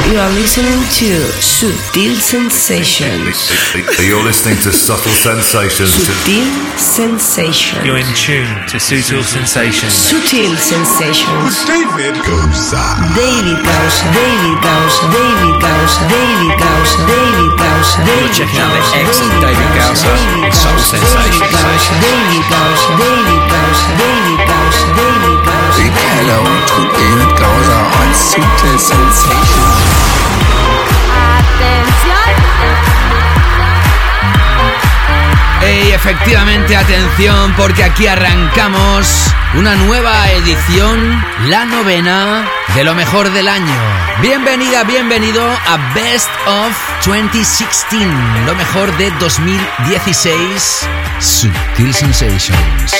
You are listening to Subtle Sensations. You're listening to Subtle Sensations. Subtle Sensations. You're in tune to Subtle Sensations. Subtle Sensations. David Gausa. David Gausa. David Gausa. David Gausa. David Gausa. David Gausa. You're checking out the excellent David Gausa in Subtle Sensations. David Gausa. David Gausa. David Gausa. David Gausa. Hello to David Gausa on Subtle Sensations. Hey, efectivamente, atención, porque aquí arrancamos una nueva edición, la 9ª de lo mejor del año. Bienvenida, bienvenido a Best of 2016, lo mejor de 2016, Subtle Sensations.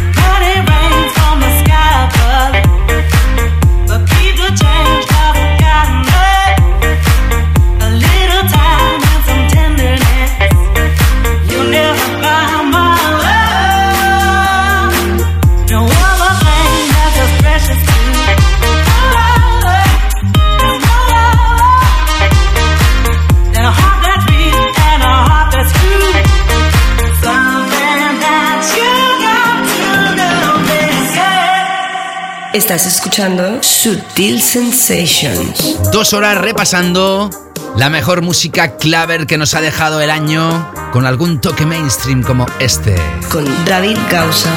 Estás escuchando Subtle Sensations. 2 horas repasando la mejor música claver que nos ha dejado el año, con algún toque mainstream como este. Con David Gausa.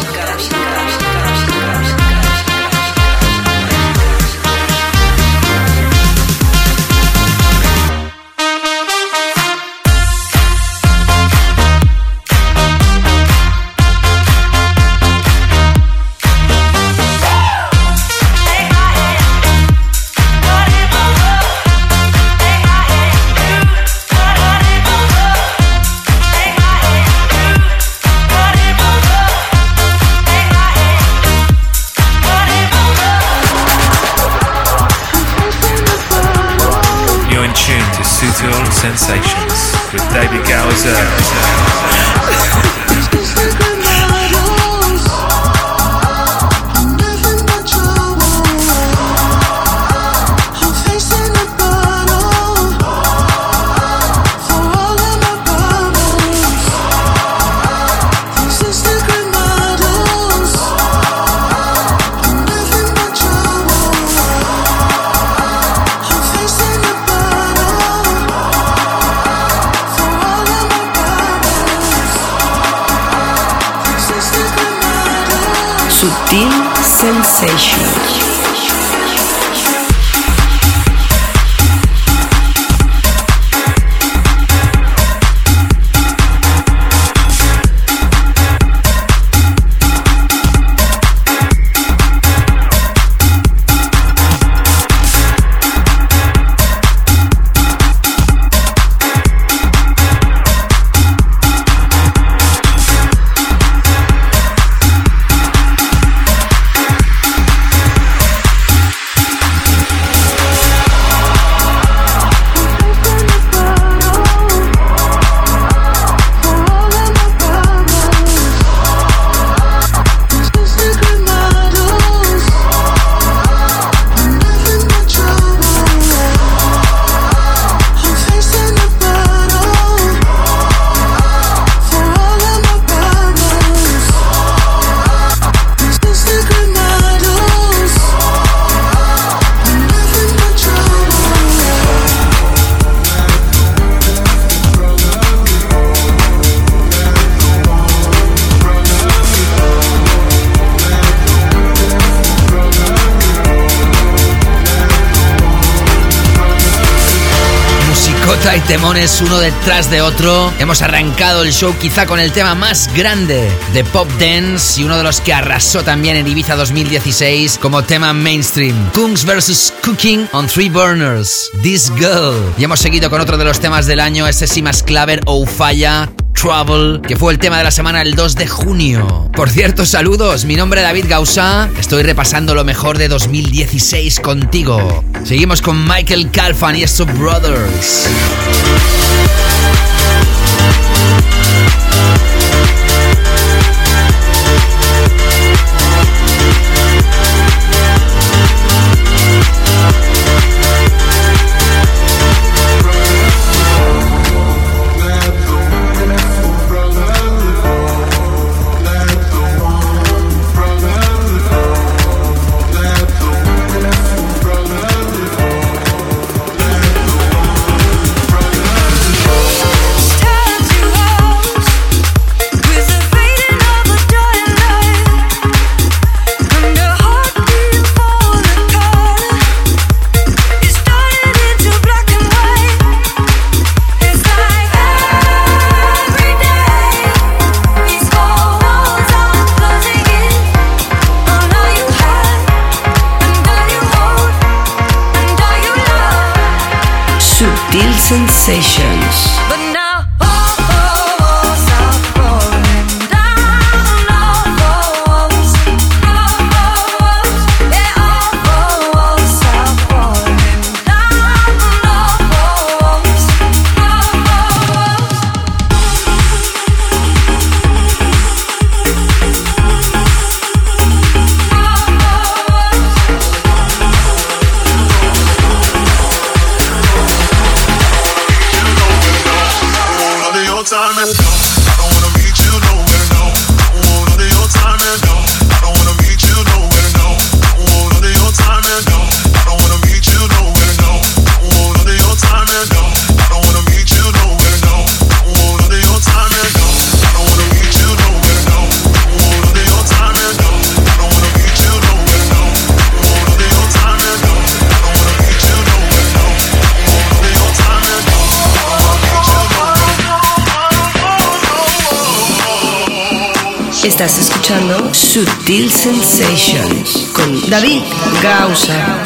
Sensations with David Gausa. Subtle Sensations. Y temones uno detrás de otro. Hemos arrancado el show quizá con el tema más grande de Pop Dance y uno de los que arrasó también en Ibiza 2016 como tema mainstream. Kungs vs. Cooking on 3 Burners, This Girl. Y hemos seguido con otro de los temas del año, este sí más claver, Oufaya, Trouble, que fue el tema de la semana el 2 de junio. Por cierto, saludos, mi nombre es David Gausa. Estoy repasando lo mejor de 2016 contigo. Seguimos con Michael Calfan y estos Brothers. Sutil Sensations. Estás escuchando Sutil Sensations con David Gausa.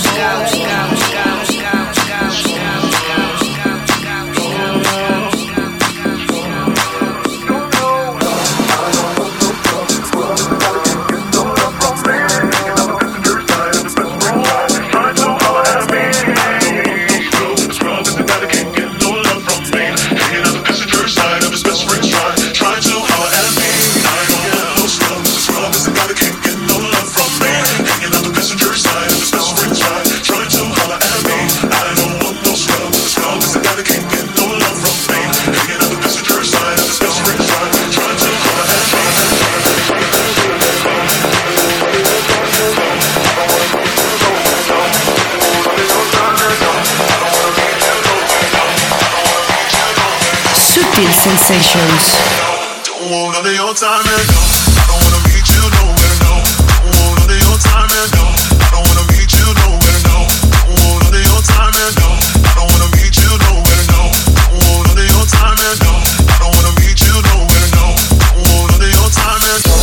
Sutil Sensations. Don't want none of your time and no. I don't wanna meet you nowhere, no. Don't want none of your time and no. I don't wanna meet you nowhere, no. Don't want none of your time and no. I don't wanna meet you nowhere, no. Don't want none of your time and no. I don't wanna meet you nowhere, no. Don't want none of your time and no.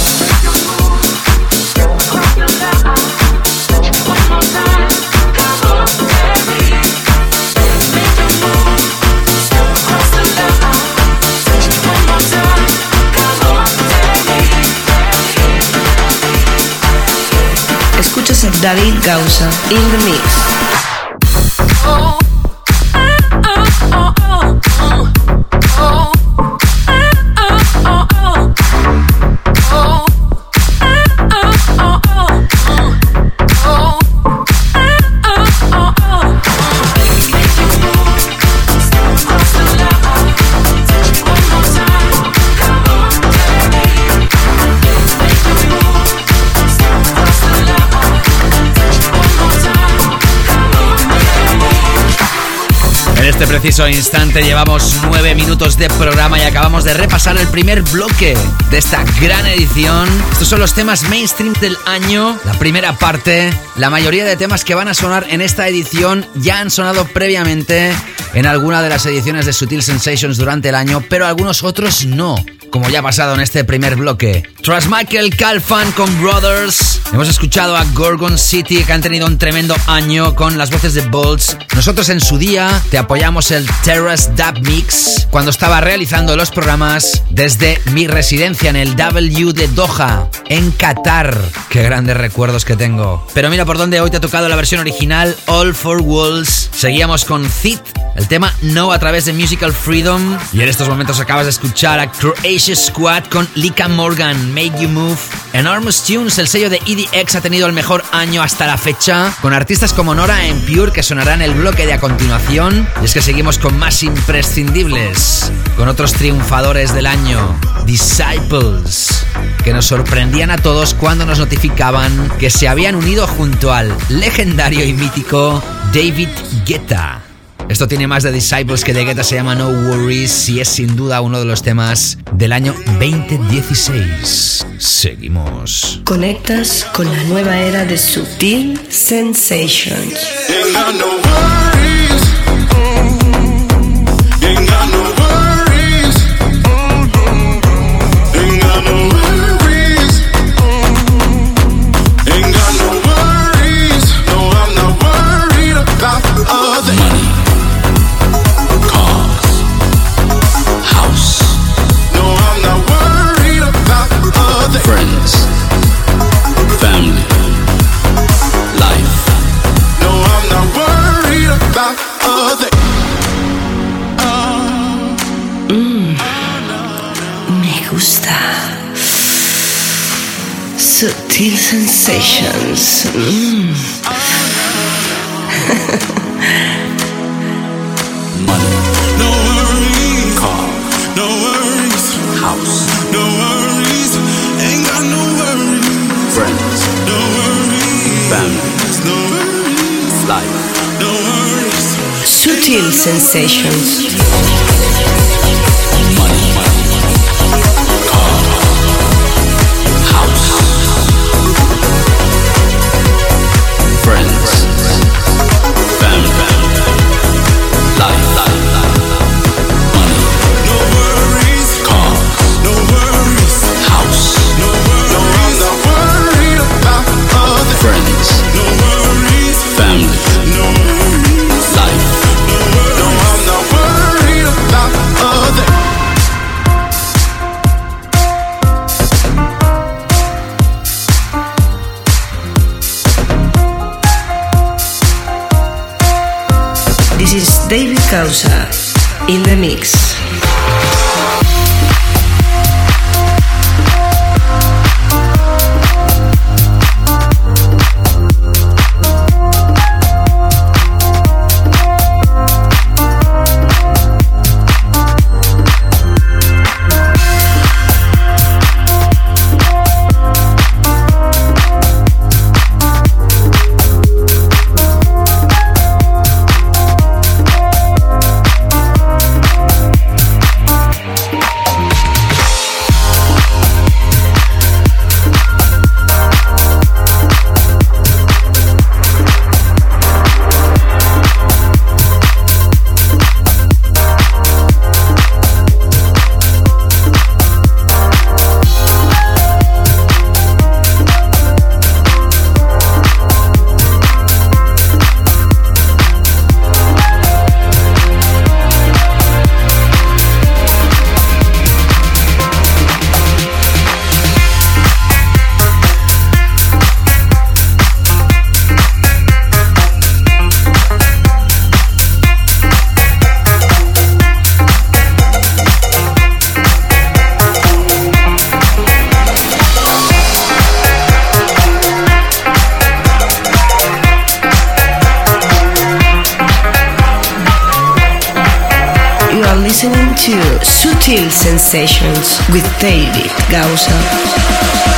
Escuchas a David Gausa in the mix. En este preciso instante llevamos 9 minutos de programa y acabamos de repasar el primer bloque de esta gran edición. Estos son los temas mainstream del año, la primera parte. La mayoría de temas que van a sonar en esta edición ya han sonado previamente en alguna de las ediciones de Sutil Sensations durante el año, pero algunos otros no, como ya ha pasado en este primer bloque. Tras Michael Calfan con Brothers, hemos escuchado a Gorgon City, que han tenido un tremendo año con las voces de Bolts. Nosotros en su día te apoyamos el Terrace Dub Mix cuando estaba realizando los programas desde mi residencia en el W de Doha, en Qatar. Qué grandes recuerdos que tengo. Pero mira por dónde hoy te ha tocado la versión original, All for Walls. Seguíamos con Thit, el tema No a través de Musical Freedom. Y en estos momentos acabas de escuchar a Croatia Squad con Lika Morgan, Make You Move. Enormous Tunes, el sello de EDX, ha tenido el mejor año hasta la fecha, con artistas como Nora En Pure, que sonará en el bloque de a continuación. Y es que seguimos con más imprescindibles, con otros triunfadores del año, Disciples, que nos sorprendían a todos cuando nos notificaban que se habían unido junto al legendario y mítico David Guetta. Esto tiene más de Disciples que de Guetta, se llama No Worries y es sin duda uno de los temas del año 2016. Seguimos. Conectas con la nueva era de Sutil Sensations. Sutil Sensations. Money, No worries, car, no worries, house, no worries, ain't got no worries, friends, no worries, family, no worries, life. no worries. Sutil Sensations. Money, car, house, friends, family, life. Money, No worries, car, no worries, house, no worries. No, I'm not worried about others. friends, No worries, family, no worries, life. no worries. No, I'm not worried about others. This is David Causa in the mix. Listening to Sutil Sensations with David Gausa.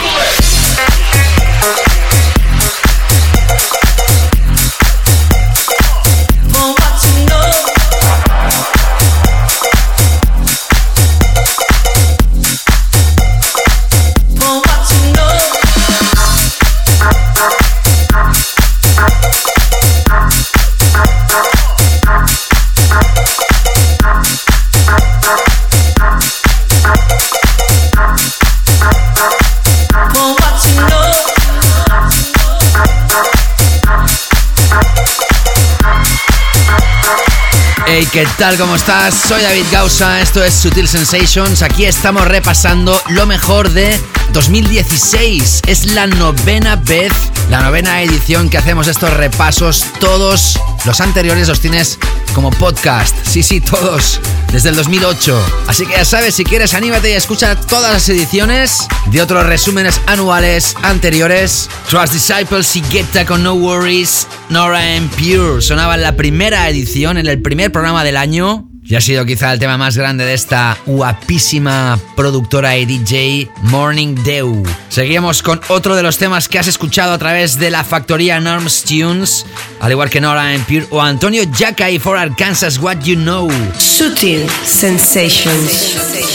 Hey, ¿qué tal? ¿Cómo estás? Soy David Gausa, esto es Sutil Sensations. Aquí estamos repasando lo mejor de 2016. Es la novena vez, la novena edición que hacemos estos repasos. Todos los anteriores los tienes como podcast. Sí, todos. Desde el 2008. Así que ya sabes, si quieres, anímate y escucha todas las ediciones de otros resúmenes anuales anteriores. Trust Disciples y Guetta con No Worries, Nora En Pure sonaba en la primera edición, en el primer programa del año. Y ha sido quizá el tema más grande de esta guapísima productora y DJ, Morning Dew. Seguimos con otro de los temas que has escuchado a través de la factoría Norms Tunes, al igual que Nora En Pure o Antonio Jaca y For Arkansas What You Know. Sutil Sensations.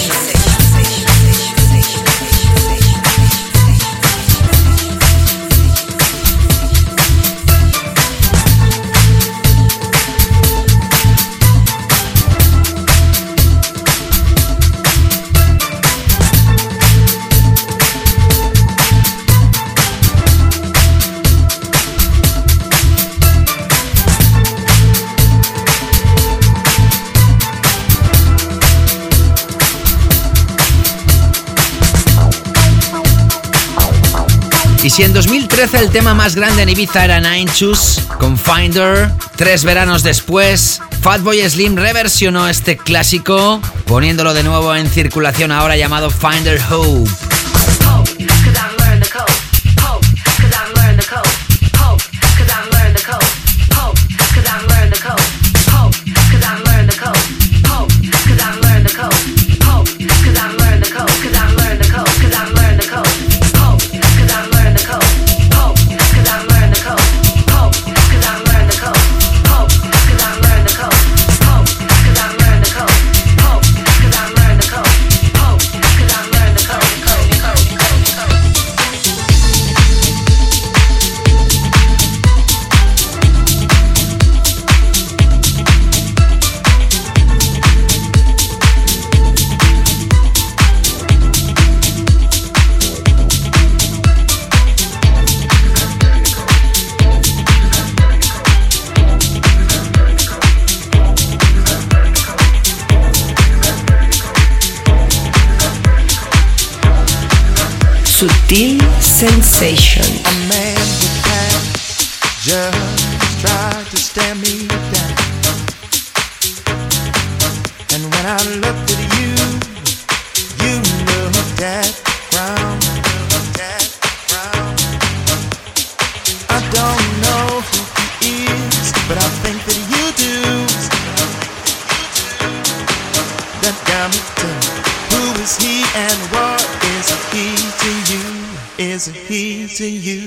Y si en 2013 el tema más grande en Ibiza era Nine Shoes con Finder, 3 veranos después, Fatboy Slim reversionó este clásico, poniéndolo de nuevo en circulación ahora llamado Finder Hope. Hope, 'cause I've learned the code. Sutil Sensation. A man with hand just tried to stare me down, and when I looked at you, you looked at ground. I don't know who he is, but I think that you do. That got me too. Who is he and what is he to you? Is he to you?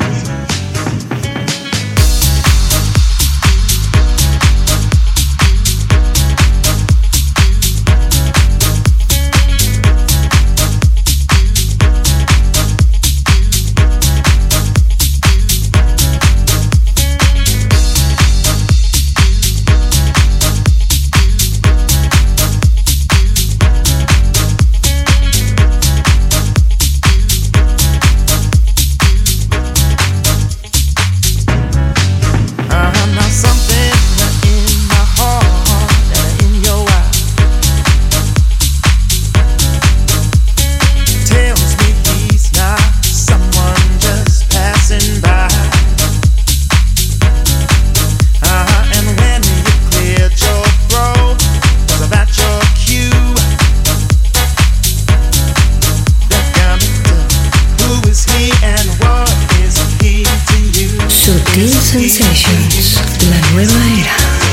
Sensations, la nueva era.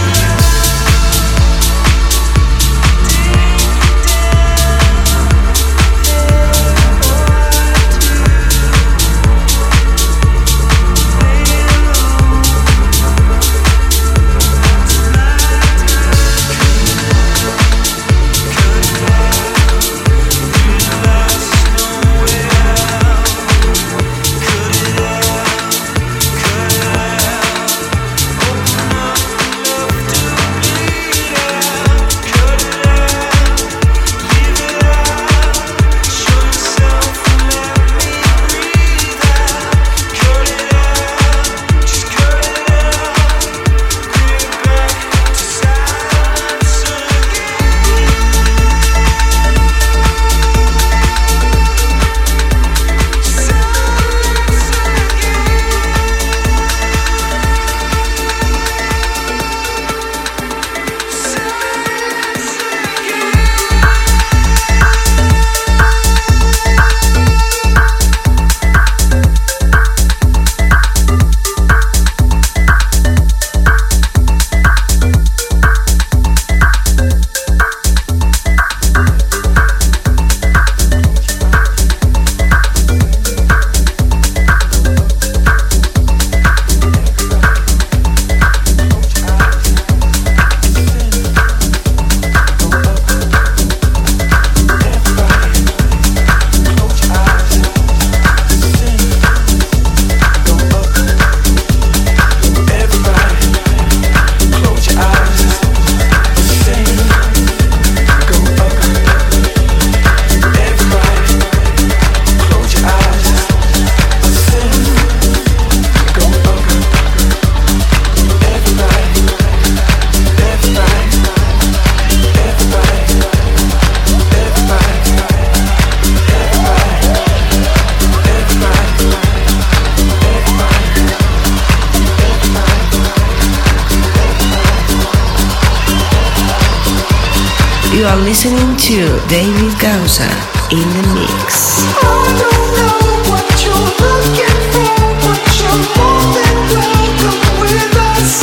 You are listening to David Gausa in the mix. I don't know what you're looking for, but you're more than welcome with us.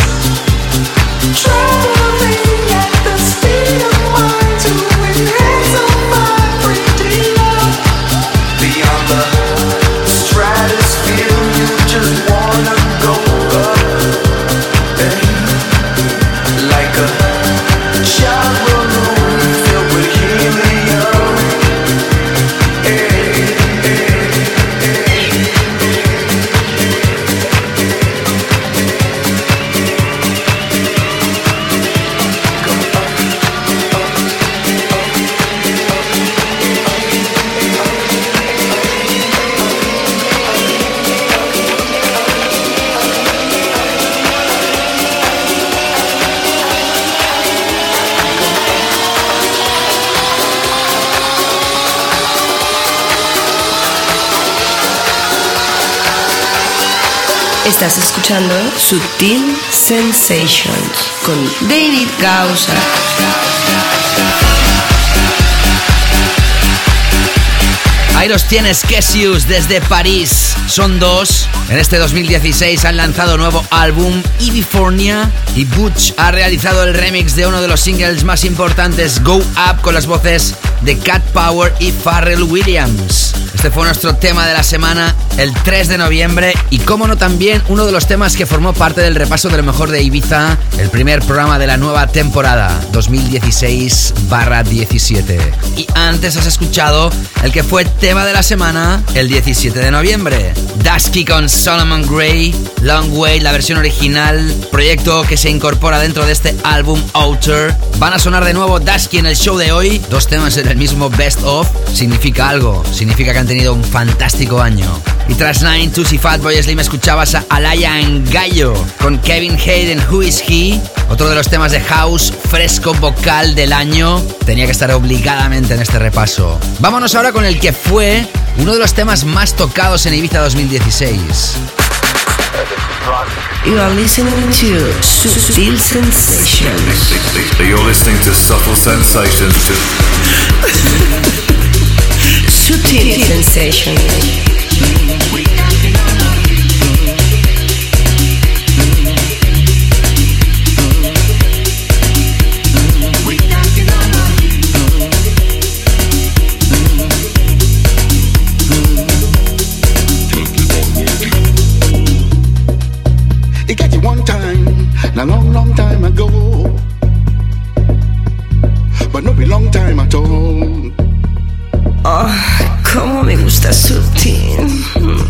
Traveling at the speed of mind to enhance my 3D love. Beyond the stratosphere, you just wanna go up, like a child. Estás escuchando Sutil Sensations con David Gausa. Ahí los tienes, Cassius, desde París. Son dos. En este 2016 han lanzado nuevo álbum, Ibifornia, y Butch ha realizado el remix de uno de los singles más importantes, Go Up, con las voces de Cat Power y Pharrell Williams. Este fue nuestro tema de la semana, el 3 de noviembre, y cómo no también uno de los temas que formó parte del repaso de lo mejor de Ibiza, el primer programa de la nueva temporada 2016/17. Y antes has escuchado el que fue tema de la semana el 17 de noviembre, Dusky con Solomon Gray, Long Way, la versión original, proyecto que se incorpora dentro de este álbum Outer. Van a sonar de nuevo Dusky en el show de hoy, dos temas en el mismo Best Of. Significa algo, significa que han tenido un fantástico año. Y tras Nine, Tusi, Fatboy Slim escuchabas a Alaya en Gallo con Kevin Hayden, Who Is He, otro de los temas de house fresco vocal del año. Tenía que estar obligadamente en este repaso. Vámonos ahora con el que fue uno de los temas más tocados en Ibiza 2016. You are listening to Sutil Sensations. You're listening to Subtle Sensations. Sutil Sensations. It got you one time, a long, long time ago, but no be long time at all. Oh, cómo me gusta Sutil.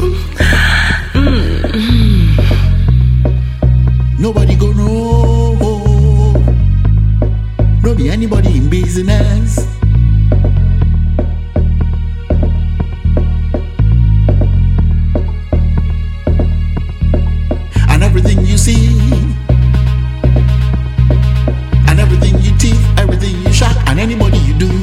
Nobody go know, no be anybody in business. And everything you see, and everything you teeth, everything you shot, and anybody you do.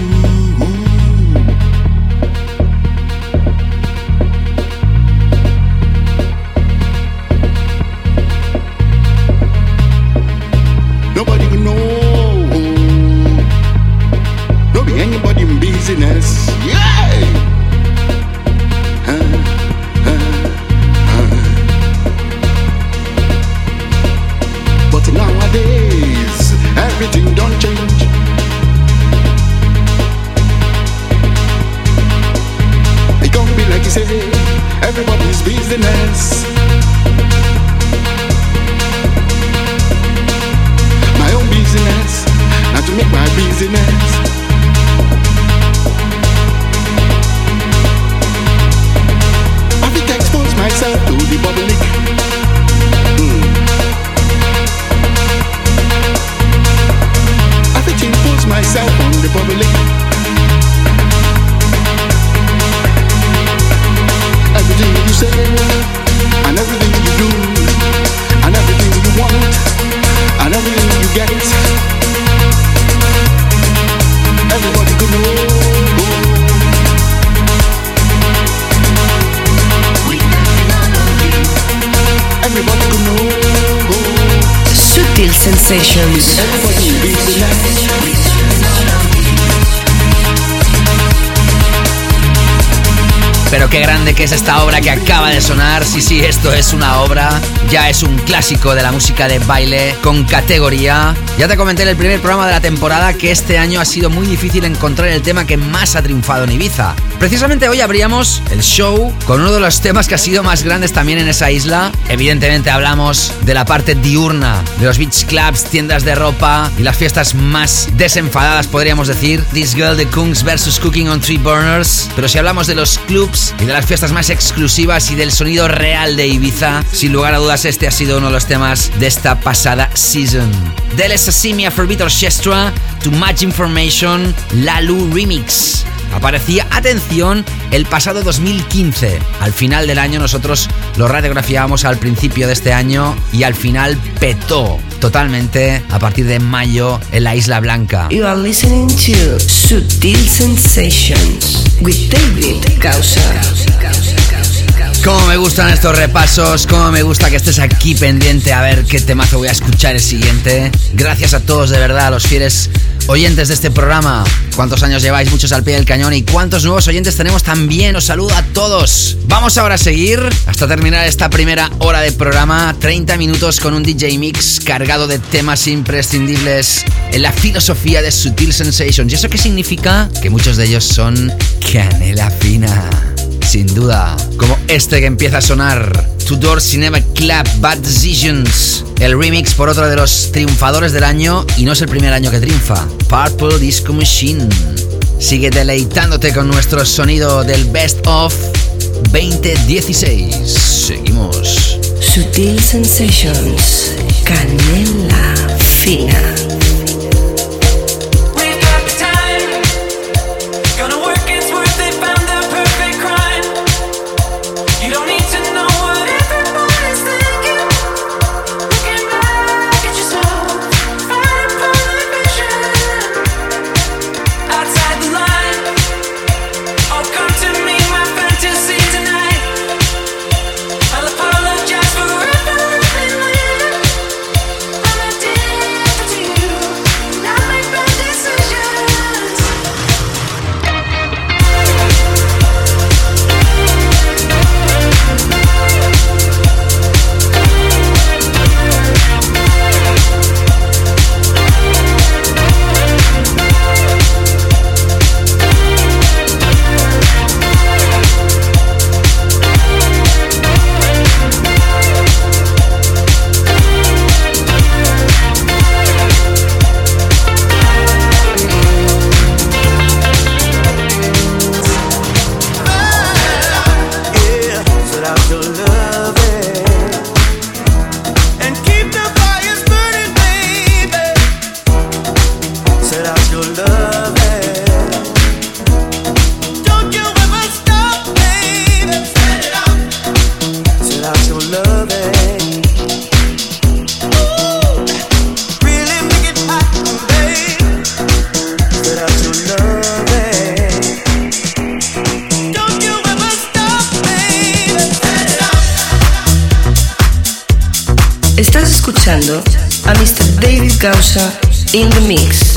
Nobody will know. No be anybody in business. Yeah. But nowadays, everything don't change. It can't be like you say, everybody's business. My own business, not to make my business. I have to expose myself to the public. I have to impose myself on the public. Everything you say, and everything you do, and everything you want, and everything you get, everybody could know. Everybody could know. Sutil Sensations. Everybody in business. Pero qué grande que es esta obra que acaba de sonar. Sí, sí, esto es una obra. Ya es un clásico de la música de baile con categoría. Ya te comenté en el primer programa de la temporada que este año ha sido muy difícil encontrar el tema que más ha triunfado en Ibiza. Precisamente hoy abríamos el show con uno de los temas que ha sido más grandes también en esa isla. Evidentemente hablamos de la parte diurna, de los beach clubs, tiendas de ropa y las fiestas más desenfadadas, podríamos decir. This Girl de Kungs versus Cooking on Three Burners. Pero si hablamos de los clubs y de las fiestas más exclusivas y del sonido real de Ibiza, sin lugar a dudas este ha sido uno de los temas de esta pasada season. Del Sashimi Afrobeat Orchestra, Too Much Information, Lalu Remix. Aparecía, atención, el pasado 2015. Al final del año nosotros lo radiografiábamos al principio de este año y al final petó totalmente a partir de mayo en la Isla Blanca. You are listening to Sutil Sensations with David Gausa. Cómo me gustan estos repasos, cómo me gusta que estés aquí pendiente a ver qué temazo voy a escuchar el siguiente. Gracias a todos, de verdad, a los fieles oyentes de este programa. ¿Cuántos años lleváis? Muchos al pie del cañón. ¿Y cuántos nuevos oyentes tenemos también? Os saludo a todos. Vamos ahora a seguir hasta terminar esta primera hora de programa. 30 minutos con un DJ Mix cargado de temas imprescindibles en la filosofía de Sutil Sensations. ¿Y eso qué significa? Que muchos de ellos son canela fina. Sin duda, como este que empieza a sonar, Two Door Cinema Club, Bad Decisions, el remix por otro de los triunfadores del año, y no es el primer año que triunfa, Purple Disco Machine. Sigue deleitándote con nuestro sonido del Best of 2016. Seguimos. Sutil Sensations, canela fina. Estás escuchando a Mr. David Gausa in the mix.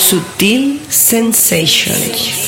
Sutil Sensations.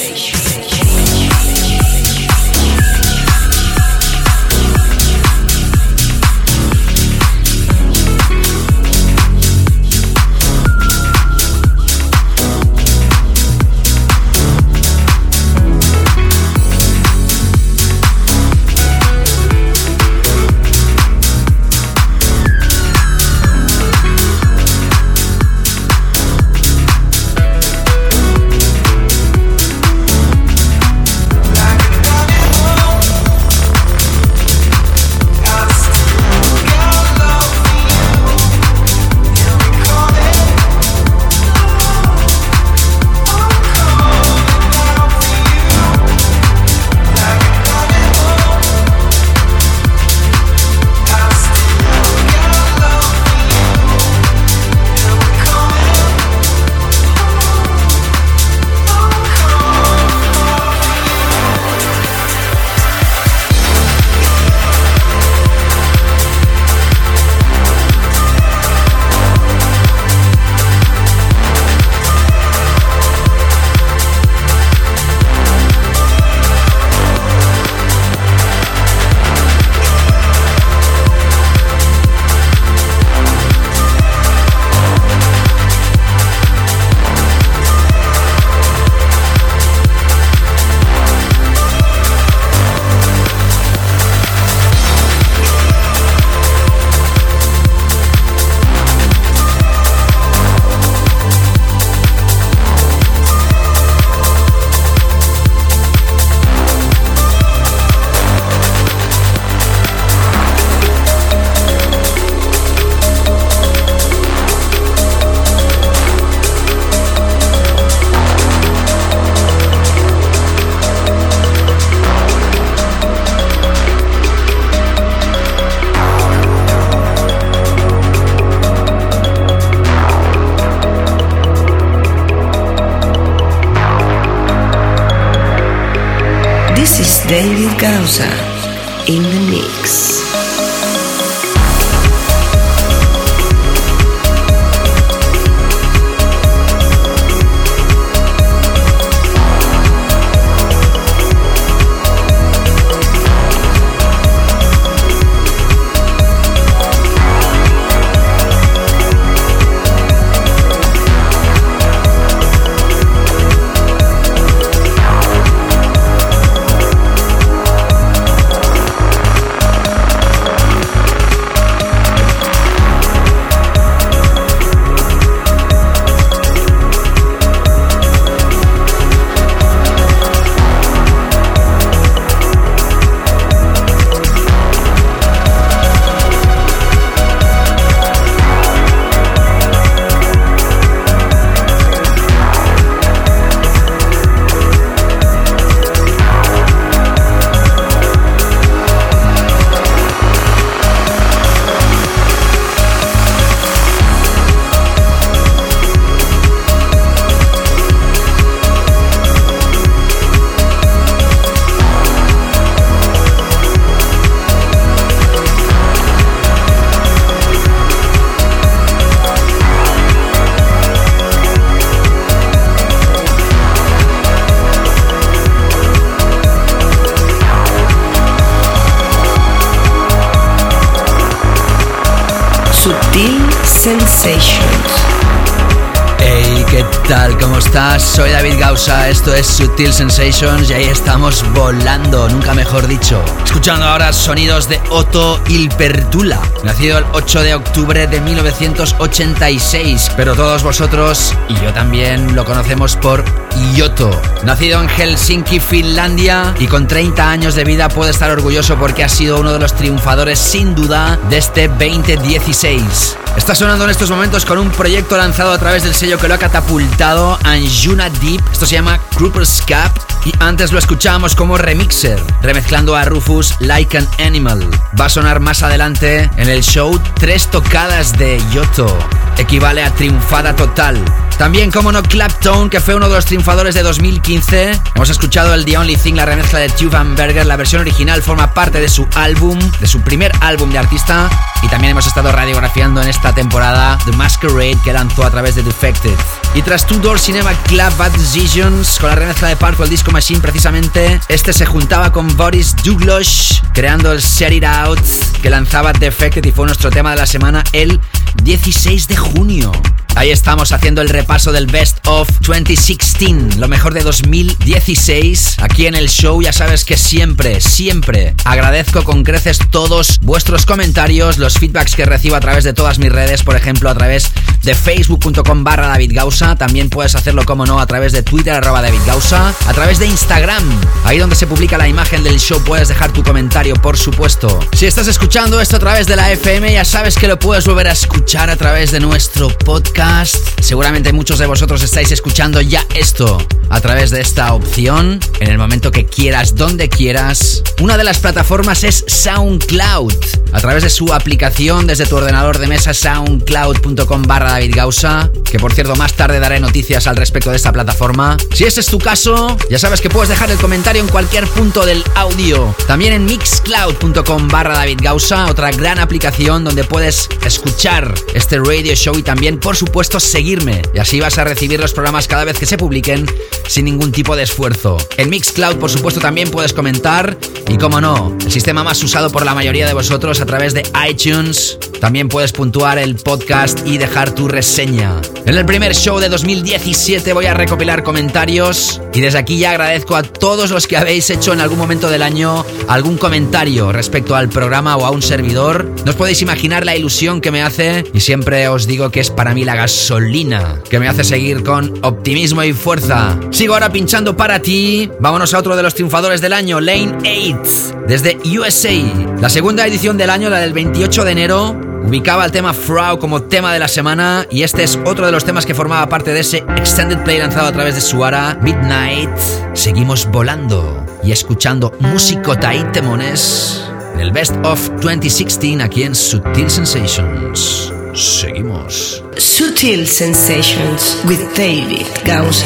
David Gausa in the mix. Sutil Sensations. Hey, ¿qué tal? ¿Cómo estás? Soy David Gausa, esto es Sutil Sensations y ahí estamos volando, nunca mejor dicho. Escuchando ahora sonidos de Otto Ilpertula, nacido el 8 de octubre de 1986, pero todos vosotros y yo también lo conocemos por Yotto. Nacido en Helsinki, Finlandia, y con 30 años de vida puede estar orgulloso porque ha sido uno de los triunfadores sin duda de este 2016. Está sonando en estos momentos con un proyecto lanzado a través del sello que lo ha catapultado, Anjuna Deep. Esto se llama Crooper's Cap y antes lo escuchábamos como remixer, remezclando a Rufus Like an Animal. Va a sonar más adelante en el show 3 tocadas de Yotto. Equivale a triunfada total. También, como no, Clapton, que fue uno de los triunfadores de 2015. Hemos escuchado el The Only Thing, la remezcla de Tube and Berger. La versión original forma parte de su álbum, de su primer álbum de artista. Y también hemos estado radiografiando en esta temporada The Masquerade, que lanzó a través de Defected. Y tras Two Door Cinema Club Bad Decisions, con la remezcla de Purple Disco Machine, precisamente, este se juntaba con Boris Douglas, creando el Set It Out, que lanzaba Defected y fue nuestro tema de la semana el 16 de junio. Ahí estamos haciendo el repaso del Best of 2016, lo mejor de 2016, aquí en el show. Ya sabes que siempre agradezco con creces todos vuestros comentarios, los feedbacks que recibo a través de todas mis redes, por ejemplo a través de facebook.com/David Gausa, también puedes hacerlo, como no, a través de Twitter @David Gausa, a través de Instagram, ahí donde se publica la imagen del show puedes dejar tu comentario, por supuesto. Si estás escuchando esto a través de la FM, ya sabes que lo puedes volver a escuchar a través de nuestro podcast. Seguramente muchos de vosotros estáis escuchando ya esto a través de esta opción, en el momento que quieras, donde quieras. Una de las plataformas es SoundCloud, a través de su aplicación desde tu ordenador de mesa, soundcloud.com/David Gausa, que por cierto más tarde daré noticias al respecto de esta plataforma. Si ese es tu caso, ya sabes que puedes dejar el comentario en cualquier punto del audio. También en mixcloud.com/David Gausa, otra gran aplicación donde puedes escuchar este radio show y también, por supuesto, seguirme, y así vas a recibir los programas cada vez que se publiquen sin ningún tipo de esfuerzo. En Mixcloud, por supuesto, también puedes comentar y, como no, el sistema más usado por la mayoría de vosotros, a través de iTunes, también puedes puntuar el podcast y dejar tu reseña. En el primer show de 2017 voy a recopilar comentarios y desde aquí ya agradezco a todos los que habéis hecho en algún momento del año algún comentario respecto al programa o a un servidor. No os podéis imaginar la ilusión que me hace, y siempre os digo que es para mí la gasolina que me hace seguir con optimismo y fuerza. Sigo ahora pinchando para ti. Vámonos a otro de los triunfadores del año, Lane 8, desde USA. La segunda edición del año, la del 28 de enero, ubicaba el tema Frau como tema de la semana, y este es otro de los temas que formaba parte de ese extended play lanzado a través de Suara, Midnight. Seguimos volando y escuchando musicota y temones en el Best of 2016 aquí en Sutil Sensations. Seguimos. Sutil Sensations with David Gausa.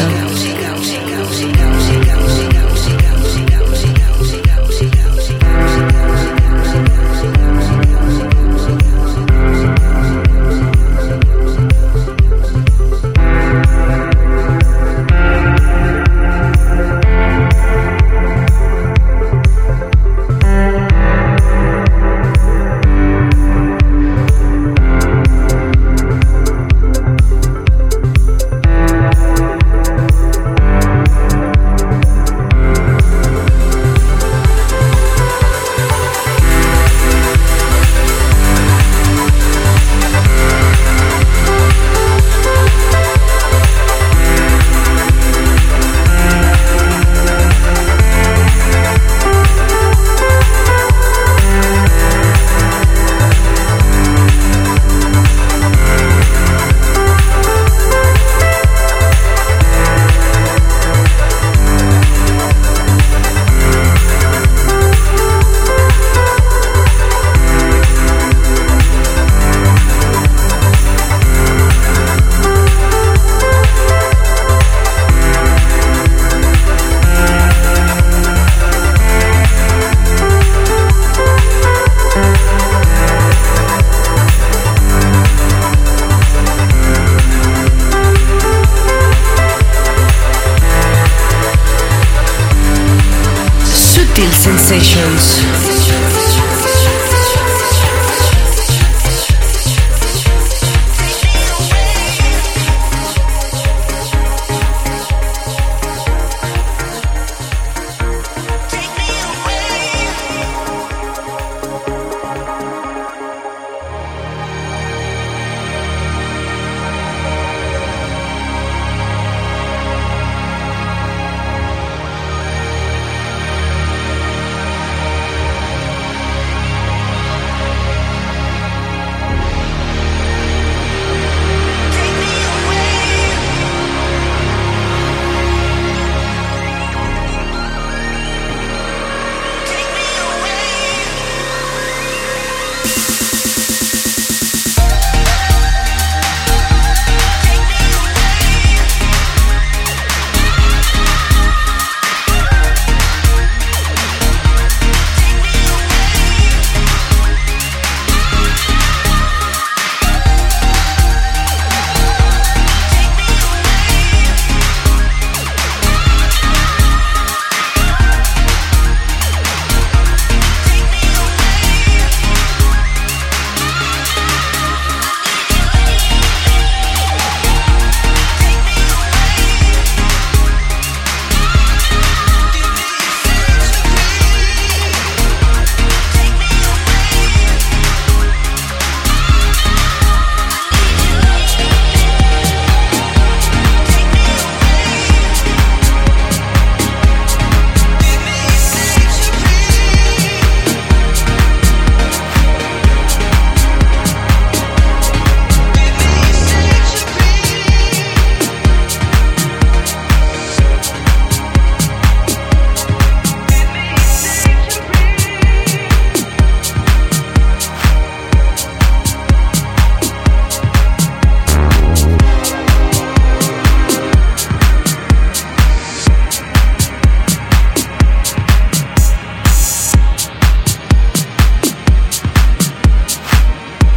Sensations.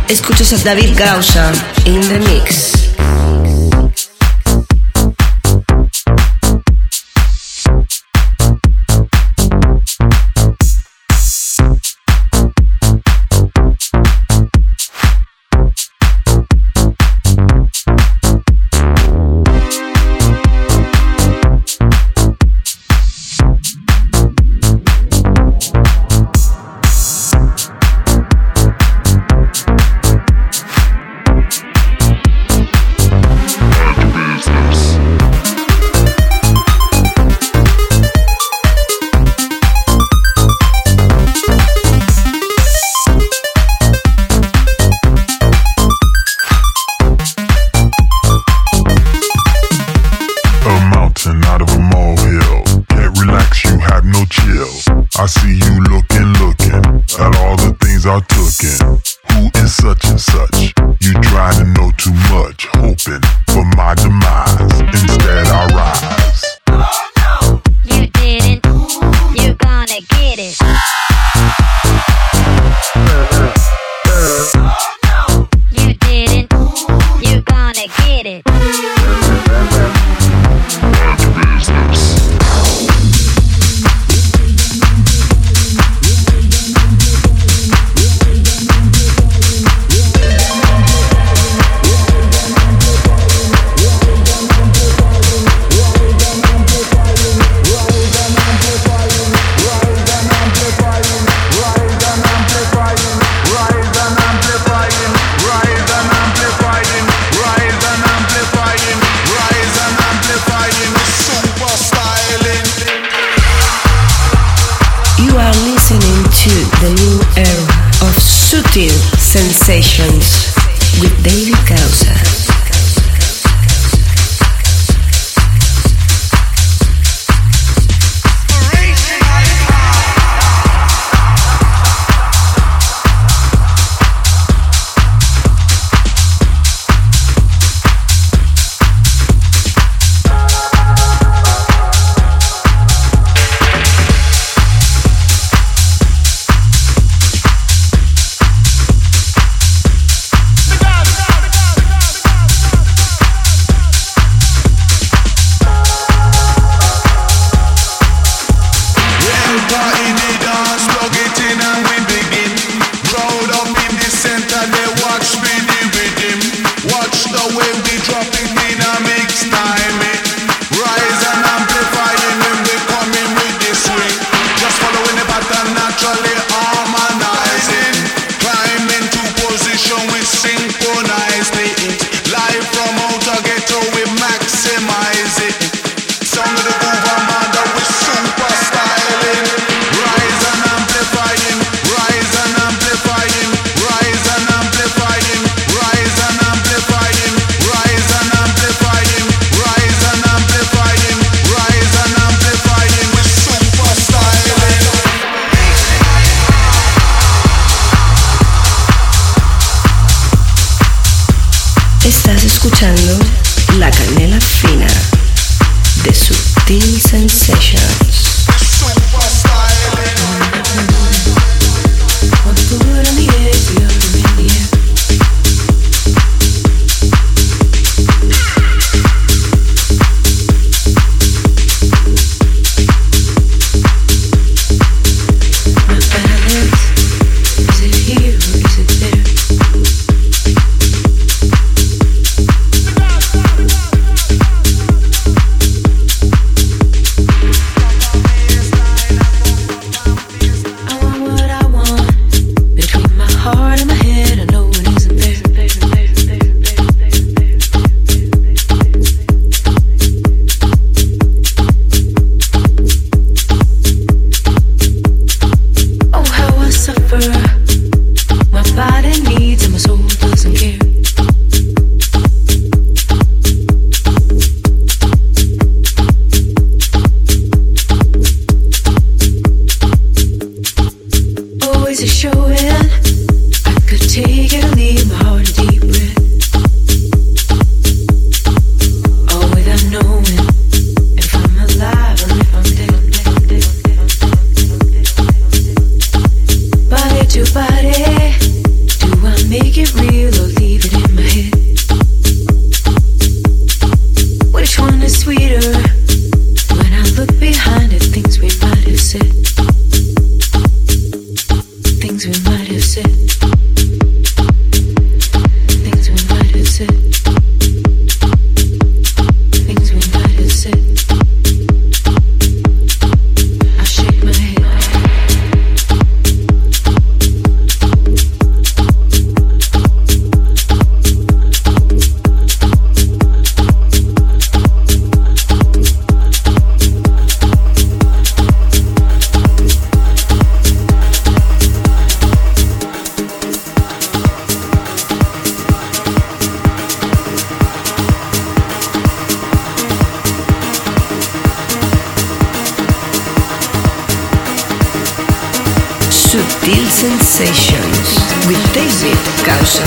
Escuchas a David Gausa in the mix. I see you looking at all the things I took in. Who is such and such? You try to know too much, hoping for my demise. Instead I rise. Oh no, you didn't. You're gonna get it. Oh no, you didn't. You're gonna get it. The new era of Sutil Sensations with David Gausa. Estás escuchando La Canela Fina de Sutil Sensations. Sutil Sensations with David Gausa.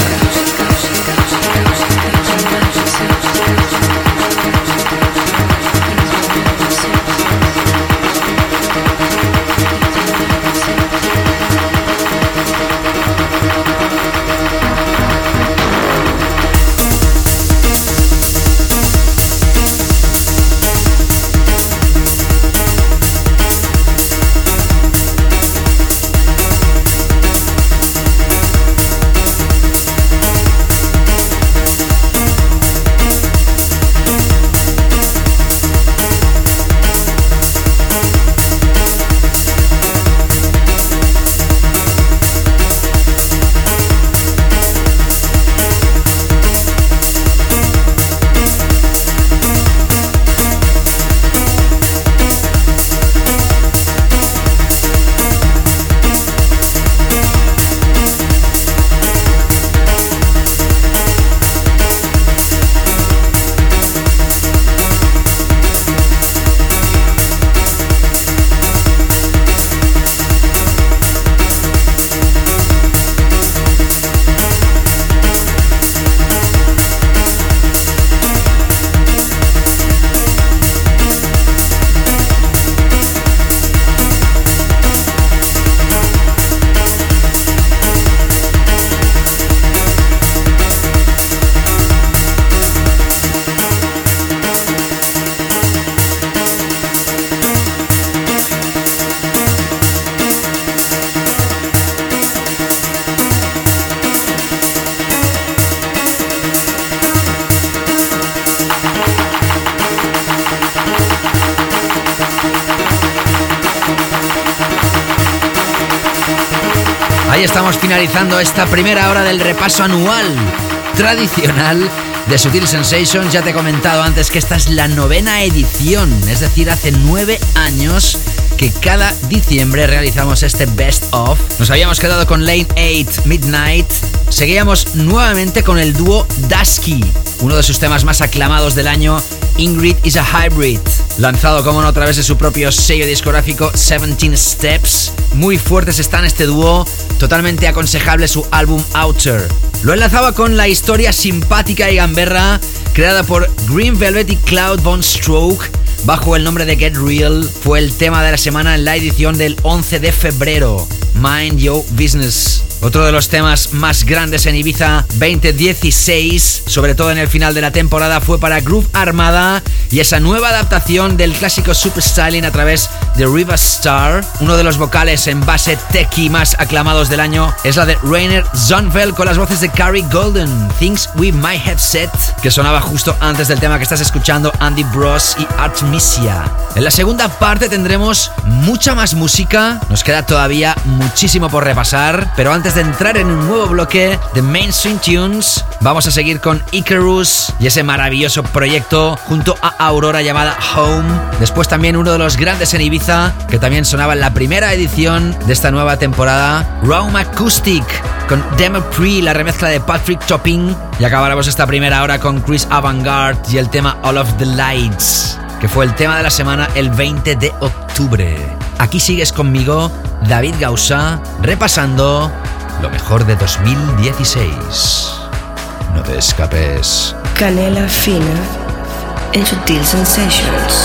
Ahí estamos finalizando esta primera hora del repaso anual tradicional de Sutil Sensations. Ya te he comentado antes que esta es la 9ª edición, es decir, hace 9 años que cada diciembre realizamos este Best Of. Nos habíamos quedado con Lane 8 Midnight. Seguíamos nuevamente con el dúo Dusky, uno de sus temas más aclamados del año, Ingrid is a Hybrid, lanzado como no a través de su propio sello discográfico 17 Steps. Muy fuertes están este dúo, totalmente aconsejable su álbum Outer. Lo enlazaba con la historia simpática y gamberra creada por Green Velvet y Cloud Von Stroke bajo el nombre de Get Real. Fue el tema de la semana en la edición del 11 de febrero, Mind Your Business. Otro de los temas más grandes en Ibiza 2016, sobre todo en el final de la temporada, fue para Groove Armada y esa nueva adaptación del clásico Super Styling a través de Riva Star. Uno de los vocales en base techie más aclamados del año es la de Rainer Zonfeld con las voces de Carrie Golden, Things We Might Have Said, que sonaba justo antes del tema que estás escuchando, Andy Bros y Artemisia. En la segunda parte tendremos mucha más música, nos queda todavía muchísimo por repasar, pero antes de entrar en un nuevo bloque de Mainstream Tunes, vamos a seguir con Icarus y ese maravilloso proyecto junto a Aurora llamada Home. Después también uno de los grandes en Ibiza, que también sonaba en la primera edición de esta nueva temporada, Rome Acoustic con Demo Pre, la remezcla de Patrick Topping. Y acabaremos esta primera hora con Chris Avantgarde y el tema All of the Lights, que fue el tema de la semana el 20 de octubre. Aquí sigues conmigo, David Gausa, repasando lo mejor de 2016. No te escapes. Canela fina en Sutil Sensations.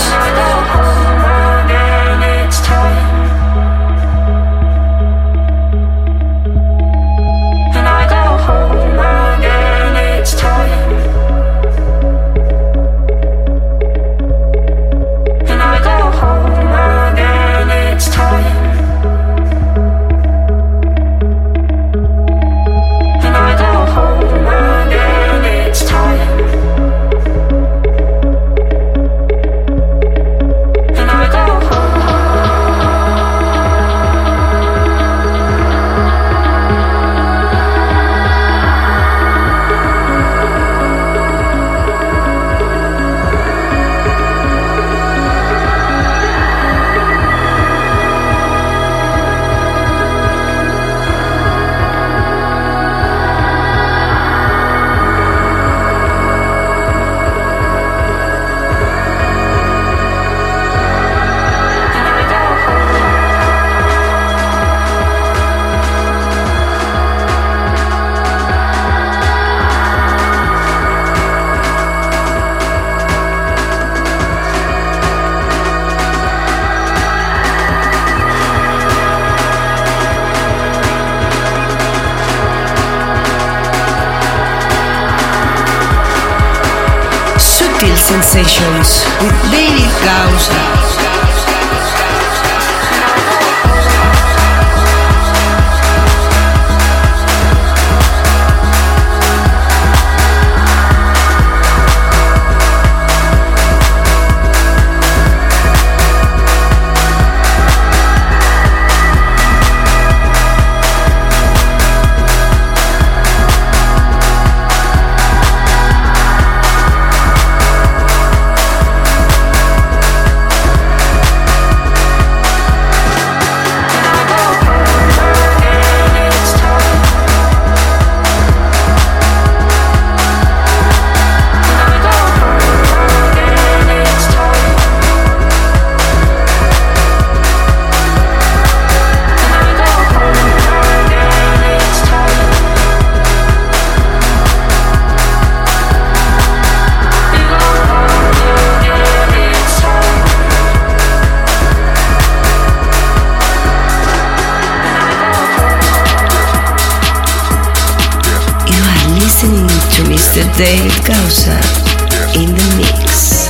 It's time. Sutil Sensations with David Gausa. David Gausa in the mix.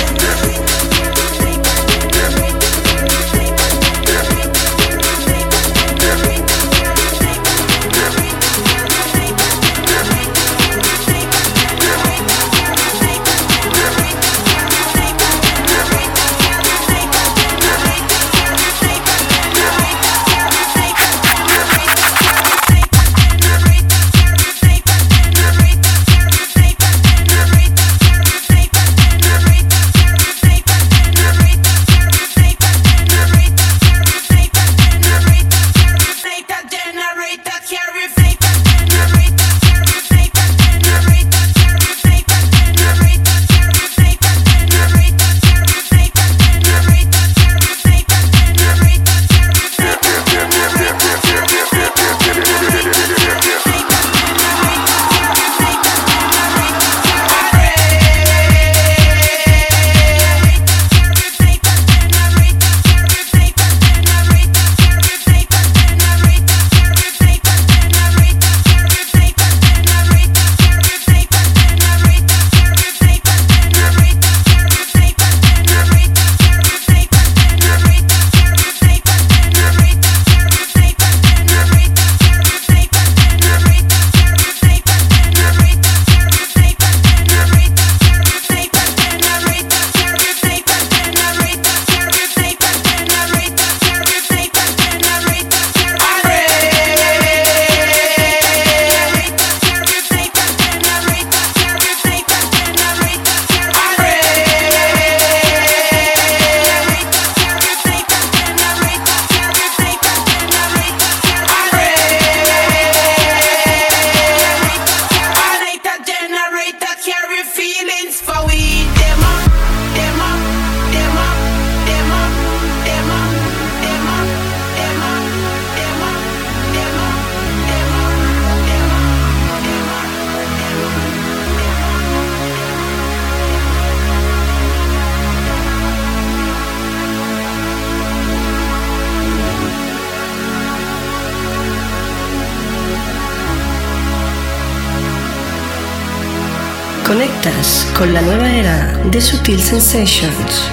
Conectas con la nueva era de Sutil Sensations.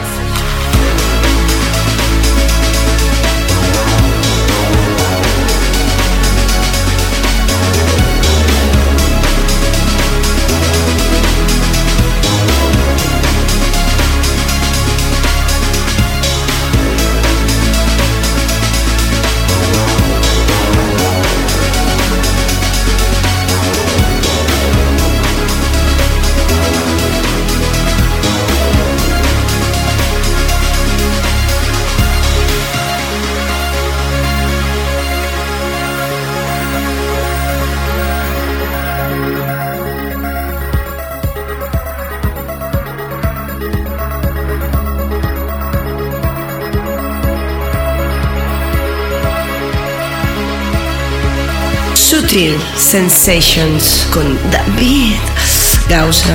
Sutil Sensations con David Gausa.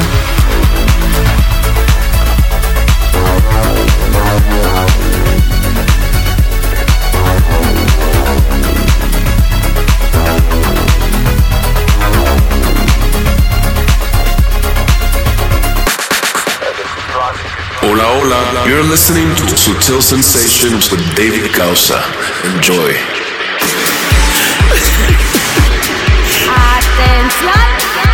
Hola, hola. You're listening to Sutil Sensations with David Gausa. Enjoy. Atención.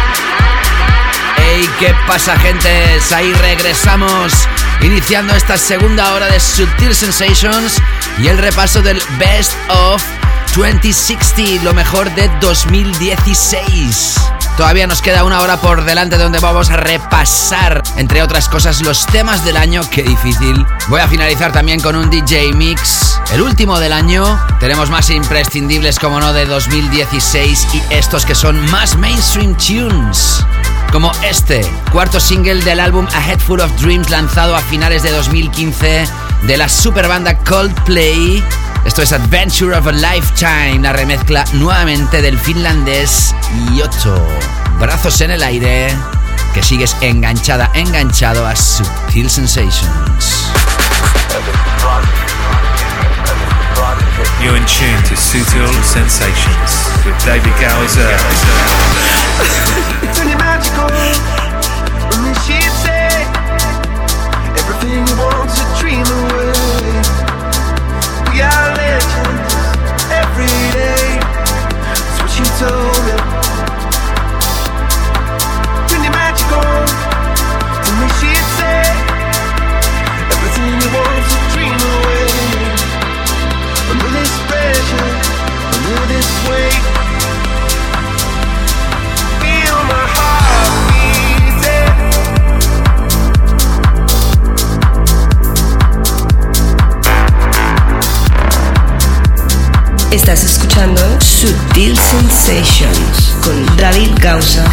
Hey, ¿qué pasa, gentes? Ahí regresamos, iniciando esta segunda hora de Sutil Sensations y el repaso del Best of 2060, lo mejor de 2016. Todavía nos queda una hora por delante donde vamos a repasar, entre otras cosas, los temas del año. Qué difícil. Voy a finalizar también con un DJ Mix, el último del año. Tenemos más imprescindibles, como no, de 2016 y estos que son más mainstream tunes, como este, cuarto single del álbum A Head Full of Dreams, lanzado a finales de 2015 de la superbanda Coldplay. Esto es Adventure of a Lifetime, la remezcla nuevamente del finlandés Yotto. Brazos en el aire, que sigues enganchada, enganchado a Sutil Sensations. You're in tune to Sutil Sensations with David Gausa. It's only magical when she'd say everything you want to dream away. We are legends every day. That's what she told me. It's only magical when she'd say everything you want to dream away. Under this pressure, under this weight, feel my heart beating. Estás escuchando Sutil Sensations con David Gausa.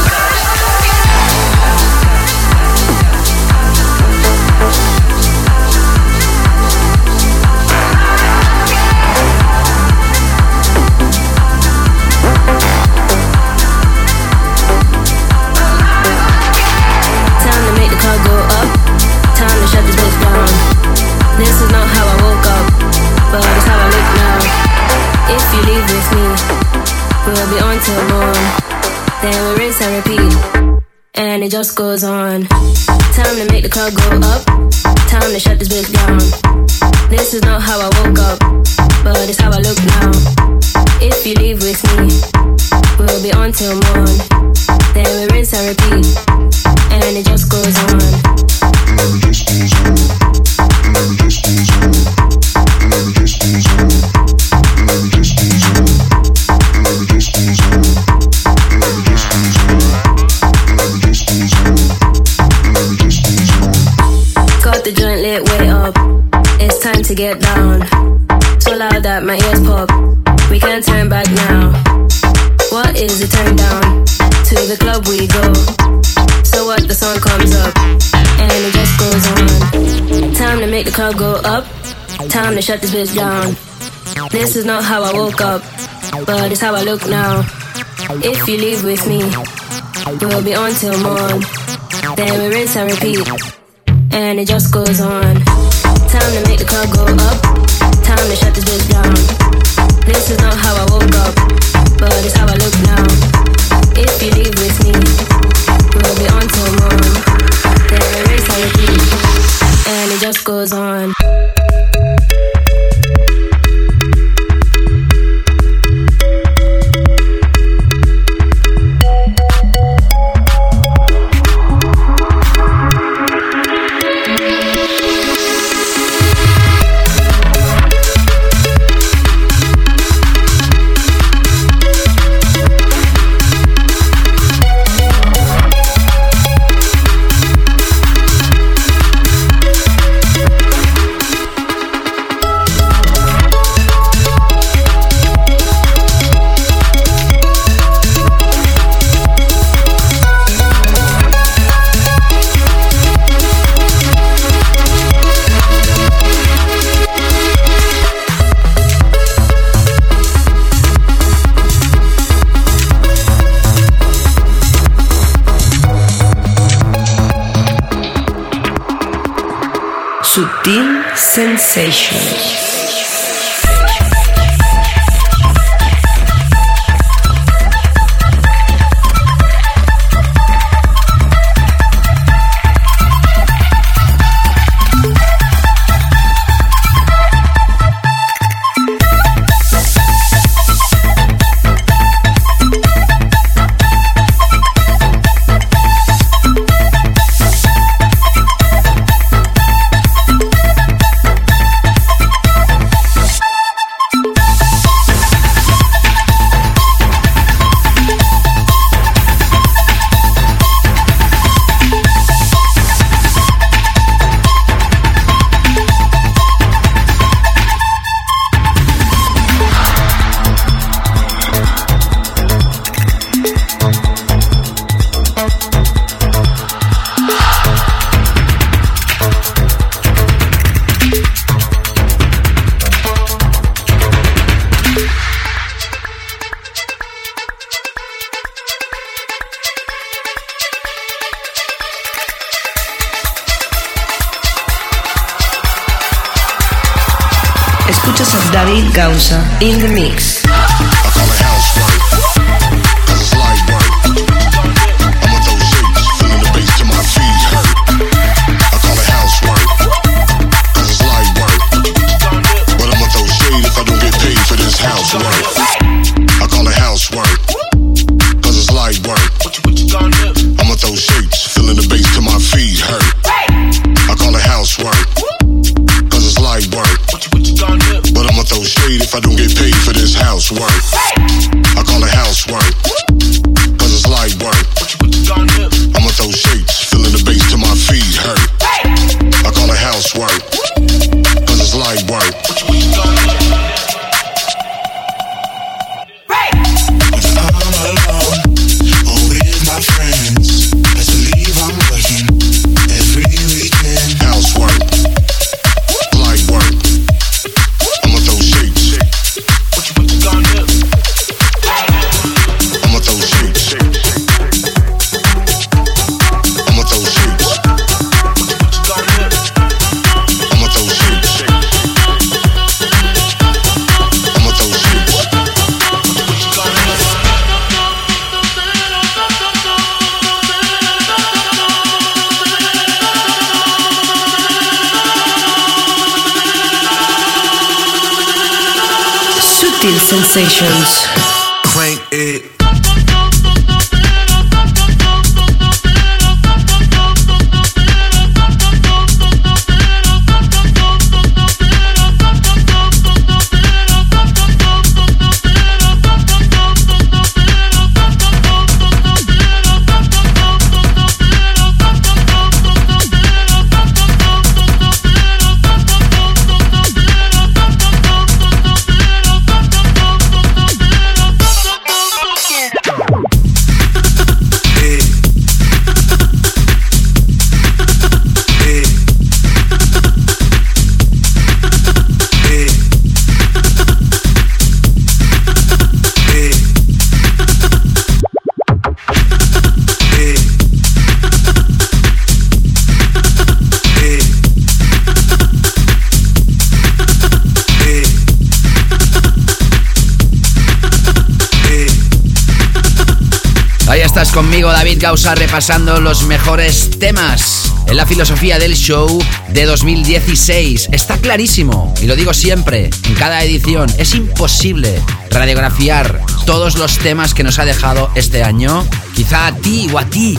This is not how I woke up, but it's how I look now. If you leave with me, we'll be on till morn. Then we rinse and repeat, and it just goes on. Time to make the club go up, time to shut this bitch down. This is not how I woke up, but it's how I look now. If you leave with me, we'll be on till morn. Then we rinse and repeat, and it just goes on. And it just goes on. And it just goes on. And it just goes on. And it just goes on. And it just goes on. And it just goes on. And it just goes on. And it just goes on. Got the joint lit way up. It's time to get down. So loud that my ears pop. We can't turn back now. What is the turn down? To the club we go. So what, the song comes up and it just goes on. Time to make the club go up. Time to shut this bitch down. This is not how I woke up, but it's how I look now. If you leave with me, we'll be on till morn. Then we rinse and repeat, and it just goes on. Time to make the club go up. Time to shut this bitch down. This is not how I woke up, but it's how I look now. If you leave with me, we'll be on till morn. Then we rinse and repeat, and it just goes on. Sutil Sensations. Escuchas a David Gausa in the mix. I call it housework, cause it's light work. I'ma throw shapes, feeling the bass till my feet hurt. I call it housework, cause it's light work. But I'ma throw shade if I don't get paid for this housework. I call it housework, cause it's light work. I'ma throw shapes, feeling the bass till my feet hurt. I call it housework, cause it's light work. Sutil Sensations. Crank it. Estás conmigo, David Gausa, repasando los mejores temas en la filosofía del show de 2016. Está clarísimo, y lo digo siempre, en cada edición, es imposible radiografiar todos los temas que nos ha dejado este año. Quizá a ti o a ti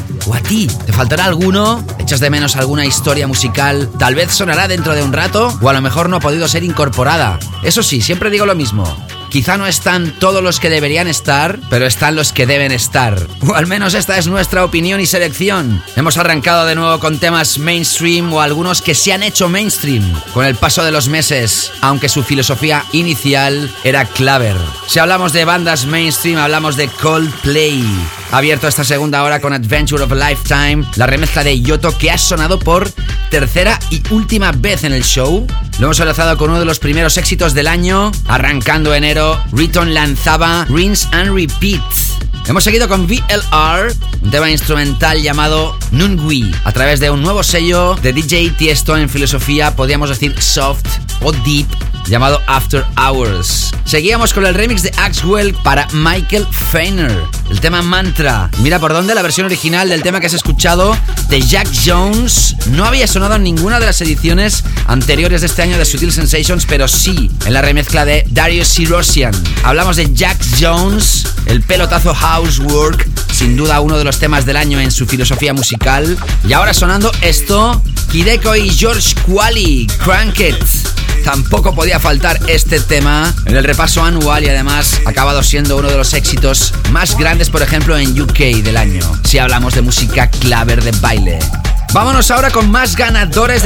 te faltará alguno, echas de menos alguna historia musical, tal vez sonará dentro de un rato, o a lo mejor no ha podido ser incorporada. Eso sí, siempre digo lo mismo. Quizá no están todos los que deberían estar, pero están los que deben estar. O al menos esta es nuestra opinión y selección. Hemos arrancado de nuevo con temas mainstream o algunos que se han hecho mainstream con el paso de los meses, aunque su filosofía inicial era Claver. Si hablamos de bandas mainstream, hablamos de Coldplay. Ha abierto esta segunda hora con Adventure of a Lifetime, la remezcla de Yotto que ha sonado por tercera y última vez en el show. Lo hemos enlazado con uno de los primeros éxitos del año. Arrancando enero, Riton lanzaba Rinse and Repeat. Hemos seguido con VLR, un tema instrumental llamado Nungui, a través de un nuevo sello de DJ Tiesto en filosofía, podríamos decir soft o deep, llamado After Hours. Seguíamos con el remix de Axwell para Michael Feiner, el tema Mantra. Mira por dónde, la versión original del tema que has escuchado de Jack Jones no había sonado en ninguna de las ediciones anteriores de este año de Sutil Sensations, pero sí en la remezcla de Darius Syrossian. Hablamos de Jack Jones, el pelotazo Housework, sin duda uno de los temas del año en su filosofía musical. Y ahora sonando esto, Kideko y George Qualley, Crank It. Tampoco podía faltar este tema en el repaso anual y además ha acabado siendo uno de los éxitos más grandes, por ejemplo, en UK del año, si hablamos de música claver de baile. Vámonos ahora con más ganadores de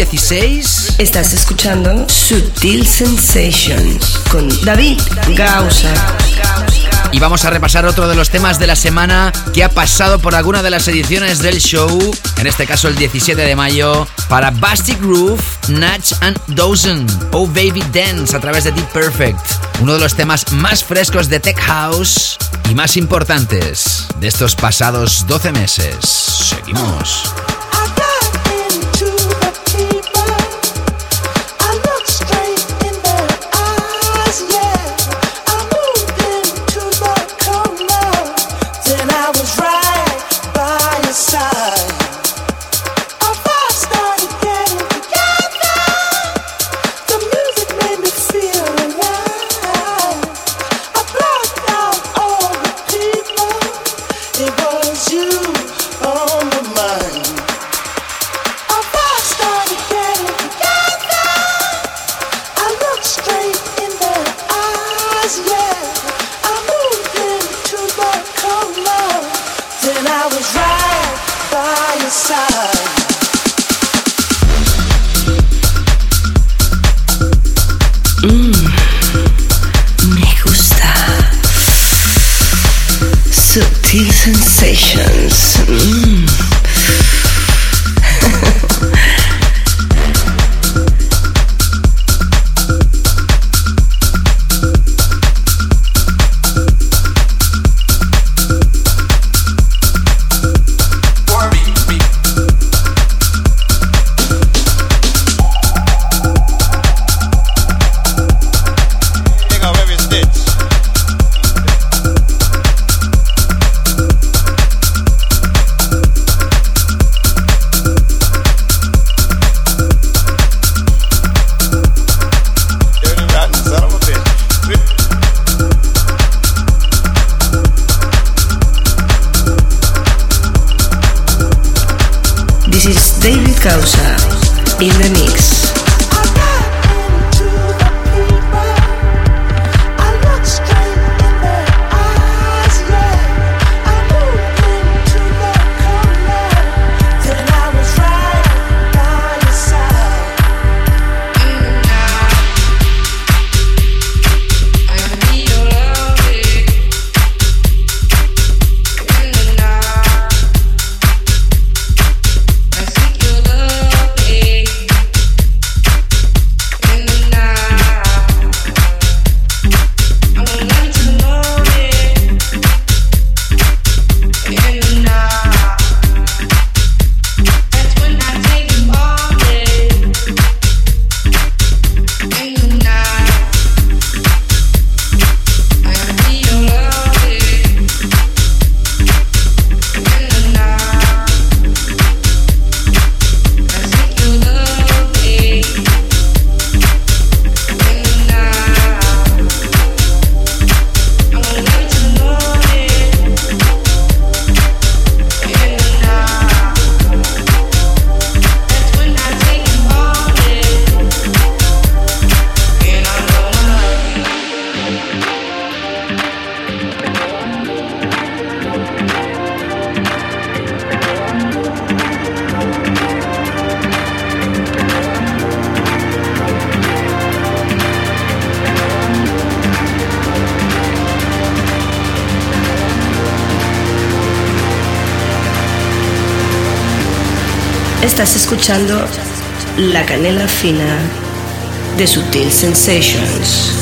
2016. Estás escuchando Sutil Sensations con David Gausa. Y vamos a repasar otro de los temas de la semana que ha pasado por alguna de las ediciones del show, en este caso el 17 de mayo, para Basti Groove, Natch and Dozen, Oh Baby Dance, a través de Deep Perfect. Uno de los temas más frescos de Tech House y más importantes de estos pasados 12 meses. Seguimos. Sutil Sensations. Causa in the mix. Estás escuchando La Canela Fina de Sutil Sensations.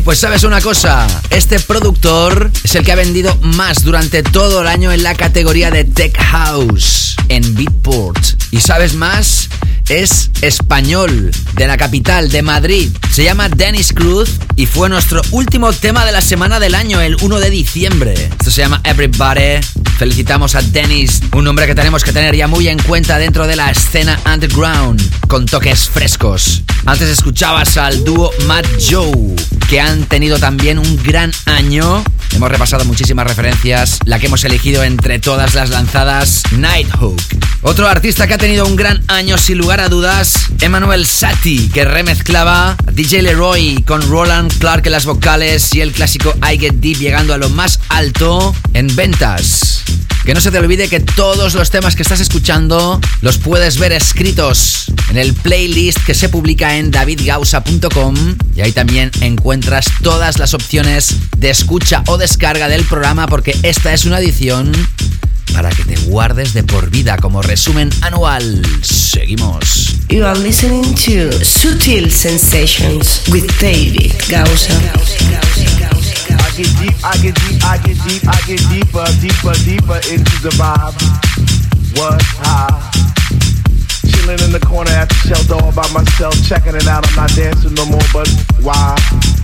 pues sabes una cosa, este productor es el que ha vendido más durante todo el año en la categoría de Tech House en Beatport. ¿Y sabes más? Es español, de la capital, de Madrid. Se llama Dennis Cruz y fue nuestro último tema de la semana del año, el 1 de diciembre. Esto se llama Everybody. Felicitamos a Dennis, un nombre que tenemos que tener ya muy en cuenta dentro de la escena underground, con toques frescos. Antes escuchabas al dúo Matt Joe, que han tenido también un gran año. Hemos repasado muchísimas referencias. La que hemos elegido entre todas las lanzadas, Nighthawk. Otro artista que ha tenido un gran año, sin lugar a dudas, Emmanuel Satie, que remezclaba a DJ Leroy con Roland Clark en las vocales y el clásico I Get Deep llegando a lo más alto en ventas. Que no se te olvide que todos los temas que estás escuchando los puedes ver escritos en el playlist que se publica en davidgausa.com, y ahí también encuentras todas las opciones de escucha o descarga del programa, porque esta es una edición para que te guardes de por vida como resumen anual. Seguimos. You are listening to Sutil Sensations with David Gausa. I get deeper into the vibe. What high? Chilling in the corner at the shelter all by myself, checking it out. I'm not dancing no more, but why?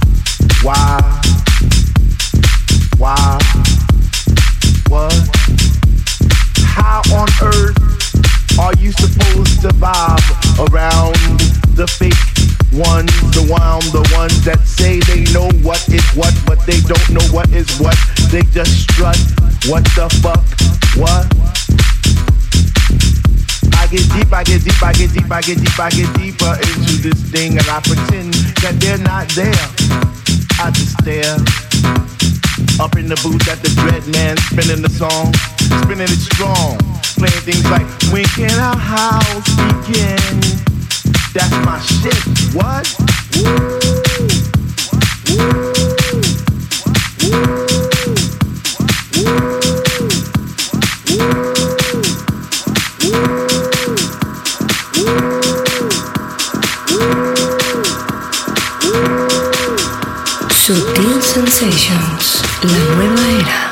What? How on earth are you supposed to vibe around the fake ones, the ones that say they know what is what, but they don't know what is what. They just strut. What the fuck? What? I get deeper into this thing, and I pretend that they're not there. I just stare up in the booth at the dread man, spinning the song, spinning it strong, playing things like when can our house begin? That's my shit. What? Woo! Woo! Sutil Sensations, la nueva era.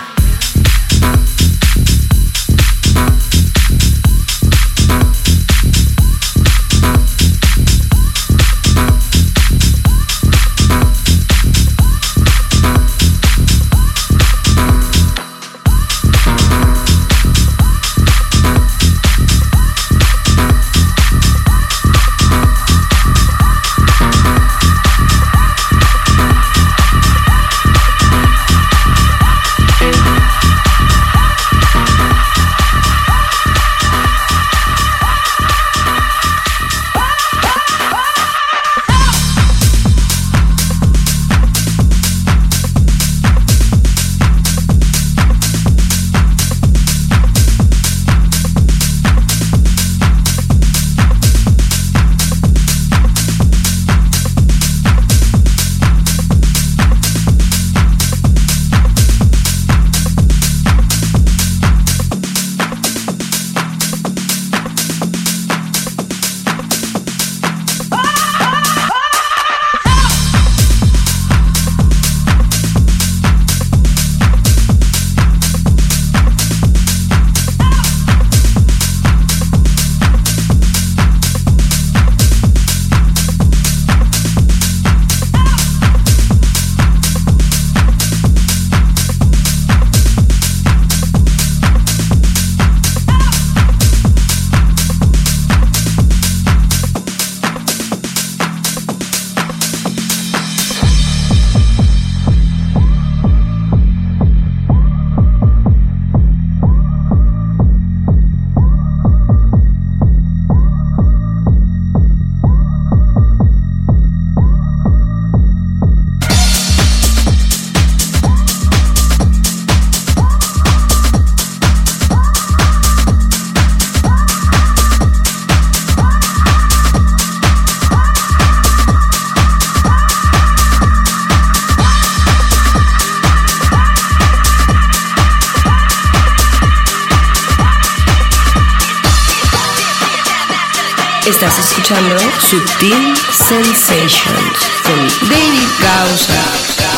Estás escuchando Sutil Sensations con David Gausa.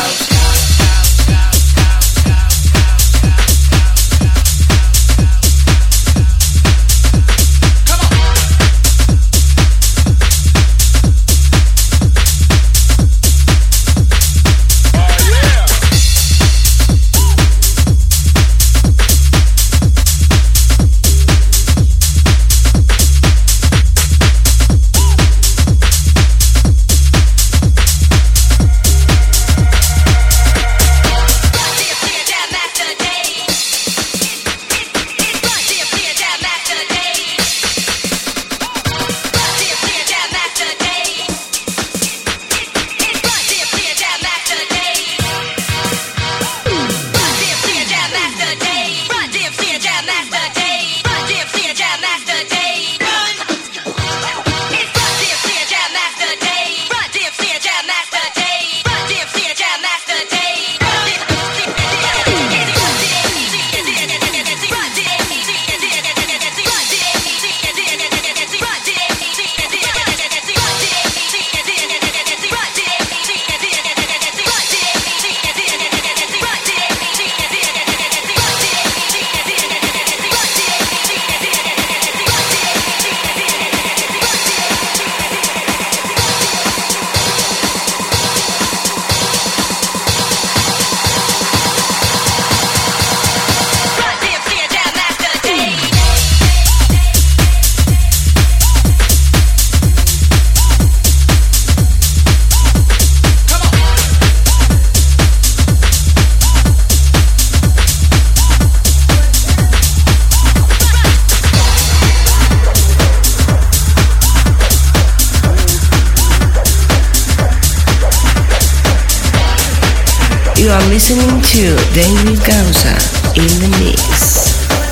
listening to David Gausa in the mix.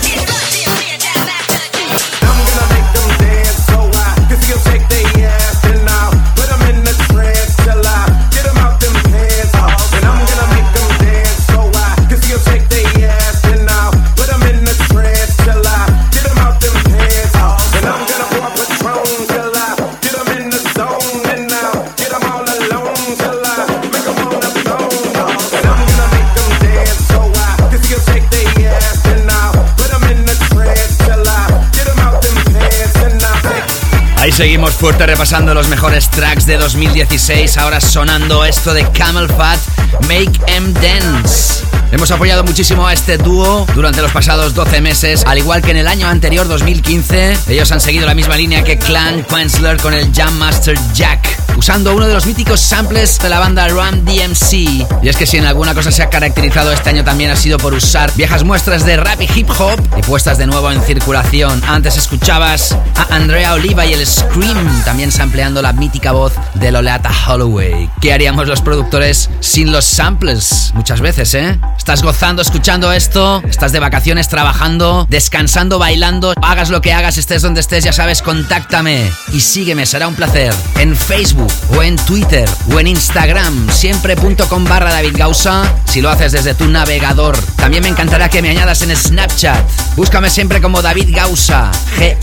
Seguimos fuerte repasando los mejores tracks de 2016. Ahora sonando esto de Camel Fat, Make 'Em Dance. Hemos apoyado muchísimo a este dúo durante los pasados 12 meses, al igual que en el año anterior, 2015. Ellos han seguido la misma línea que Clan Quensler con el Jam Master Jack, usando uno de los míticos samples de la banda Run DMC. Y es que si en alguna cosa se ha caracterizado este año también ha sido por usar viejas muestras de rap y hip hop y puestas de nuevo en circulación. Antes escuchabas a Andrea Oliva y el Scream, también sampleando la mítica voz de Loleatta Holloway. ¿Qué haríamos los productores sin los samples? Muchas veces, ¿eh? ¿Estás gozando escuchando esto? ¿Estás de vacaciones trabajando, descansando, bailando? Hagas lo que hagas, estés donde estés, ya sabes, contáctame y sígueme, será un placer. En Facebook o en Twitter o en Instagram, siempre.com/David Gausa, si lo haces desde tu navegador. También me encantará que me añadas en Snapchat. Búscame siempre como David Gausa,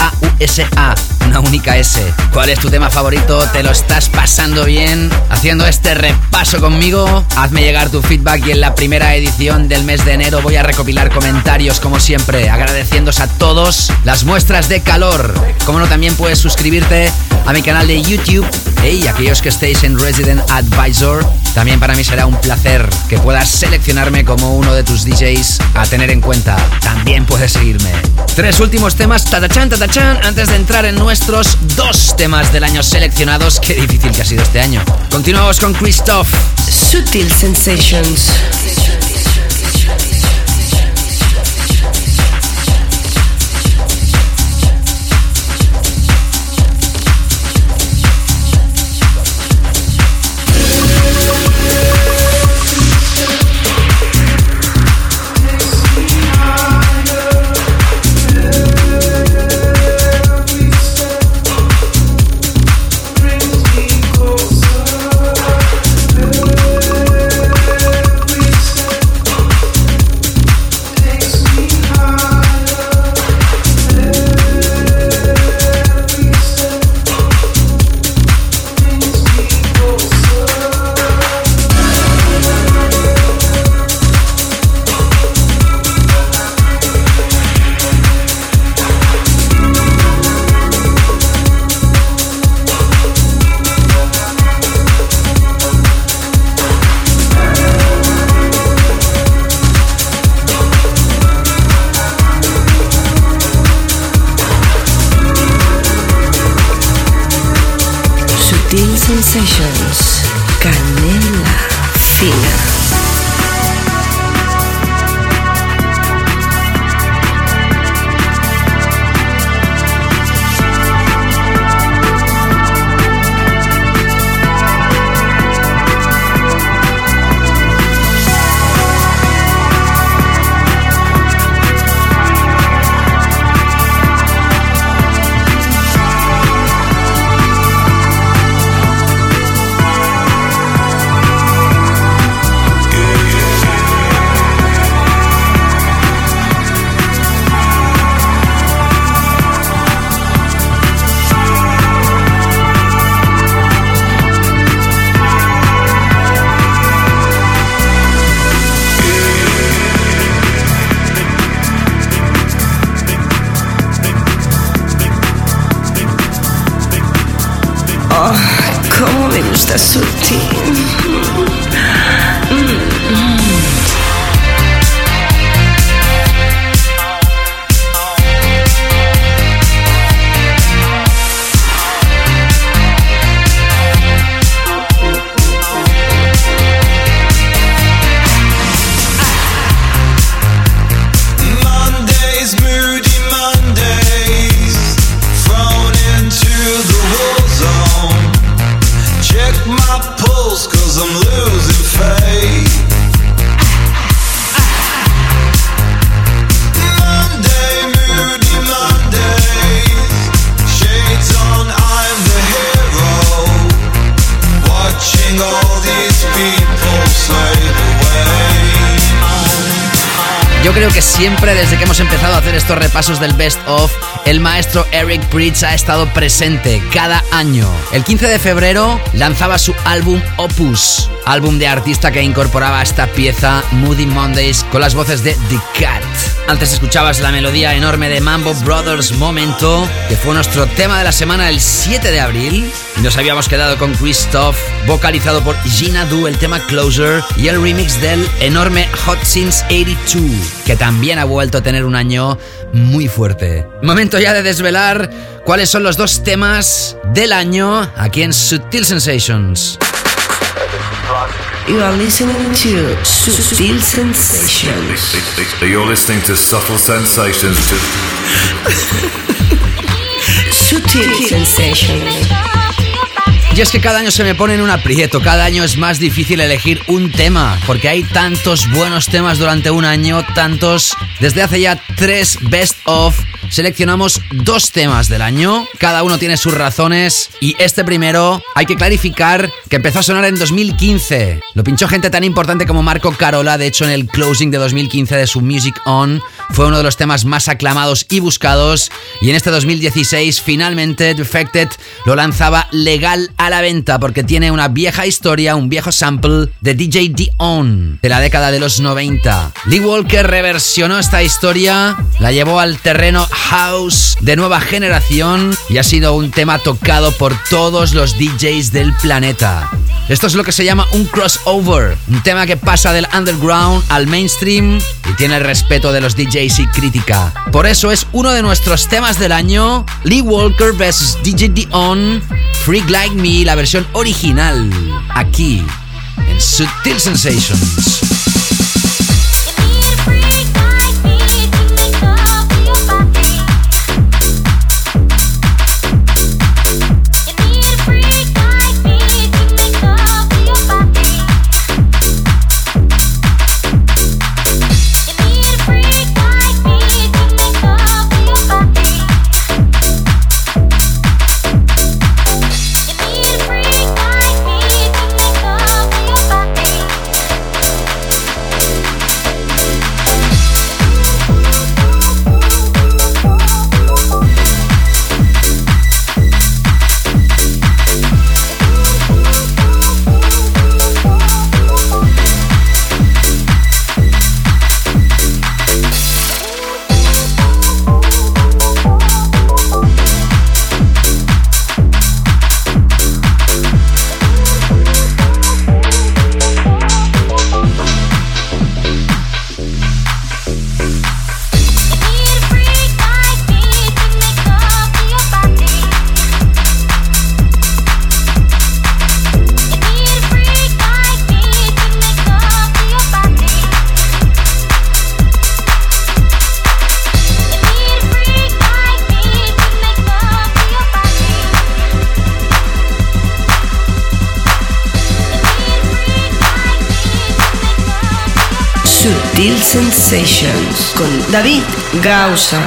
Gausa, una única S. ¿Cuál es tu tema favorito? ¿Te lo estás pasando bien haciendo este repaso conmigo? Hazme llegar tu feedback y en la primera edición del mes de enero voy a recopilar comentarios como siempre, agradeciéndoos a todos las muestras de calor. Como no, también puedes suscribirte a mi canal de YouTube. Y aquellos que estéis en Resident Advisor, también para mí será un placer que puedas seleccionarme como uno de tus DJs a tener en cuenta. También puedes seguirme. 3 últimos temas, tatachan, antes de entrar en nuestros 2 temas del año seleccionados. Qué difícil que ha sido este año. Continuamos con Christoph. Sutil Sensations. Sensations, Canela Fina. Cómo me gusta Sutil. My pulse, 'cause I'm Yo creo que siempre desde que hemos empezado a hacer estos repasos del Best Of, el maestro Eric Prydz ha estado presente cada año. El 15 de febrero lanzaba su álbum Opus, álbum de artista que incorporaba esta pieza Moody Mondays con las voces de The Cat. Antes escuchabas la melodía enorme de Mambo Brothers Momento, que fue nuestro tema de la semana el 7 de abril. Y nos habíamos quedado con Christoph, vocalizado por Gina Du, el tema Closer, y el remix del enorme Hot Since 82, que también ha vuelto a tener un año muy fuerte. Momento ya de desvelar cuáles son los dos temas del año aquí en Subtle Sensations. You are listening to Subtle Sensations. You're listening to Subtle Sensations. Subtle Sensations. Y es que cada año se me pone en un aprieto, cada año es más difícil elegir un tema, porque hay tantos buenos temas durante un año, tantos. Desde hace ya 3 Best Of seleccionamos 2 temas del año, cada uno tiene sus razones, y este primero hay que clarificar que empezó a sonar en 2015. Lo pinchó gente tan importante como Marco Carola, de hecho en el closing de 2015 de su Music On fue uno de los temas más aclamados y buscados, y en este 2016 finalmente Defected lo lanzaba legal a la venta porque tiene una vieja historia, un viejo sample de DJ Dion de la década de los 90. Lee Walker reversionó esta historia, la llevó al terreno house de nueva generación y ha sido un tema tocado por todos los DJs del planeta. Esto es lo que se llama un crossover, un tema que pasa del underground al mainstream y tiene el respeto de los DJs y crítica. Por eso es uno de nuestros temas del año, Lee Walker vs DJ Dion, Freak Like Me, la versión original, aquí en Subtle Sensations. Subtle Sensations con David Gausa.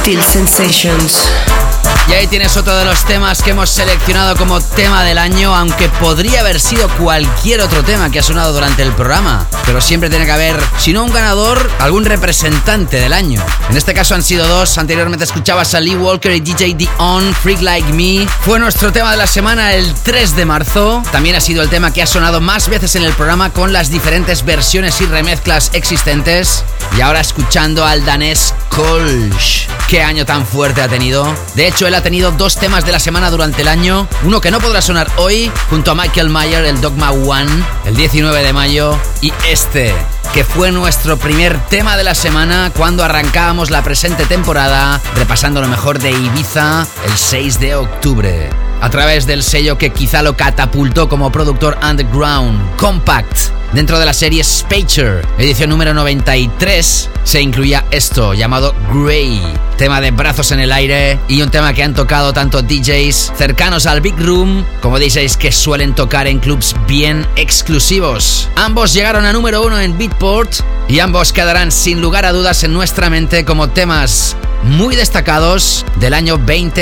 Subtle Sensations. Y ahí tienes otro de los temas que hemos seleccionado como tema del año, aunque podría haber sido cualquier otro tema que ha sonado durante el programa. Pero siempre tiene que haber, si no un ganador, algún representante del año. En este caso han sido dos. Anteriormente escuchabas a Lee Walker y DJ Dion, Freak Like Me. Fue nuestro tema de la semana el 3 de marzo. También ha sido el tema que ha sonado más veces en el programa con las diferentes versiones y remezclas existentes. Y ahora escuchando al danés Kolsch. ¿Qué año tan fuerte ha tenido? De hecho, él ha tenido dos temas de la semana durante el año. Uno que no podrá sonar hoy, junto a Michael Mayer, el Dogma One, el 19 de mayo. Y este, que fue nuestro primer tema de la semana cuando arrancábamos la presente temporada, repasando lo mejor de Ibiza el 6 de octubre. A través del sello que quizá lo catapultó como productor underground, Compact. Dentro de la serie Spacer, edición número 93, se incluía esto llamado Grey, tema de brazos en el aire y un tema que han tocado tanto DJs cercanos al Big Room como DJs que suelen tocar en clubs bien exclusivos. Ambos llegaron a número 1 en Beatport y ambos quedarán sin lugar a dudas en nuestra mente como temas muy destacados del año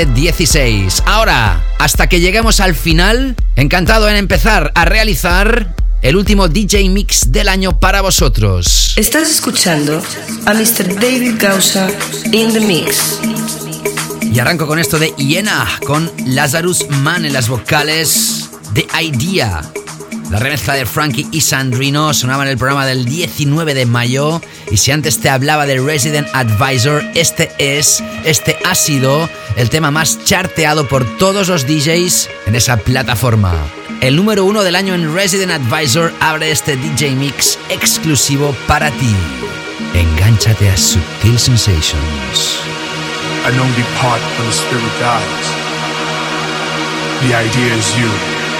2016. Ahora, hasta que lleguemos al final, encantado en empezar a realizar el último DJ Mix del año para vosotros. Estás escuchando a Mr. David Gausa in the Mix. Y arranco con esto de Iena, con Lazarus Mann en las vocales de Idea. La remezcla de Frankie y Sandrino sonaba en el programa del 19 de mayo. Y si antes te hablaba de Resident Advisor, este ha sido el tema más charteado por todos los DJs en esa plataforma. El número 1 del año en Resident Advisor abre este DJ Mix exclusivo para ti. Engánchate a Subtle Sensations. I don't depart when the spirit dies. The idea is you.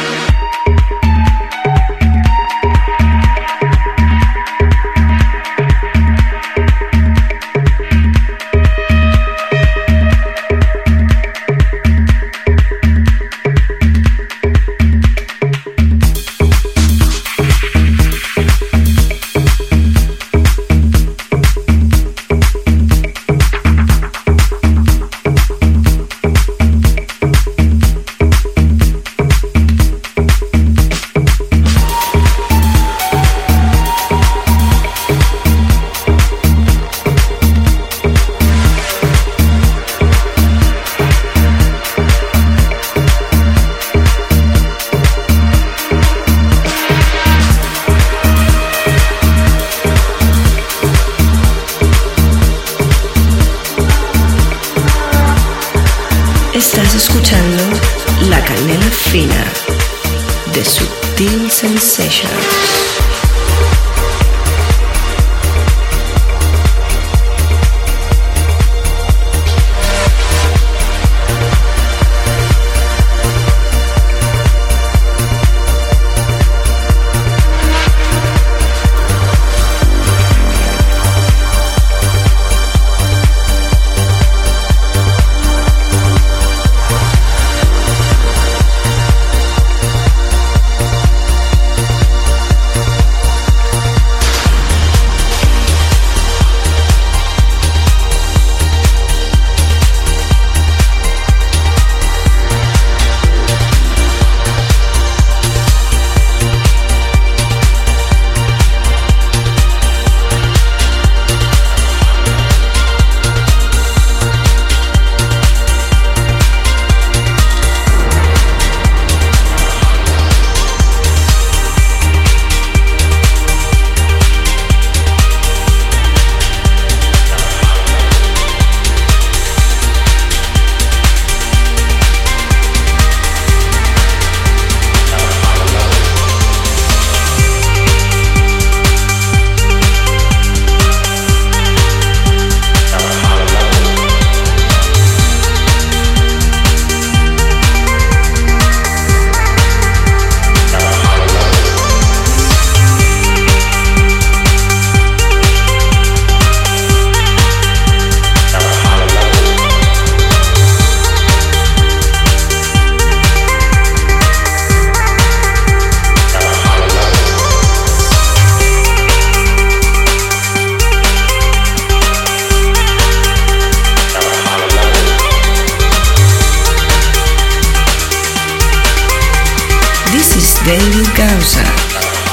Estás escuchando la canela fina de Subtle Sensations.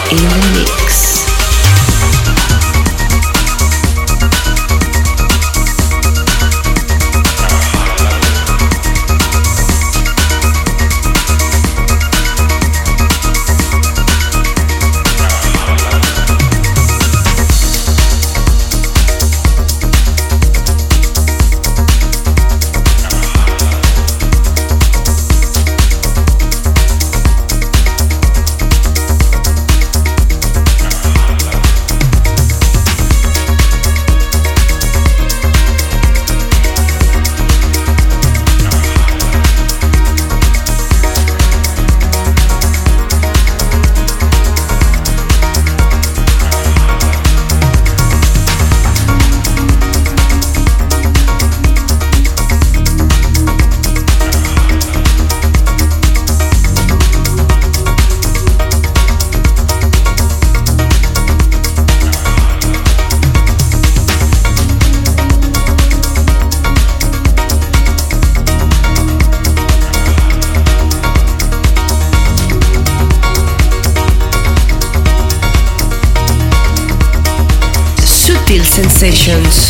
in the mix. Sensations.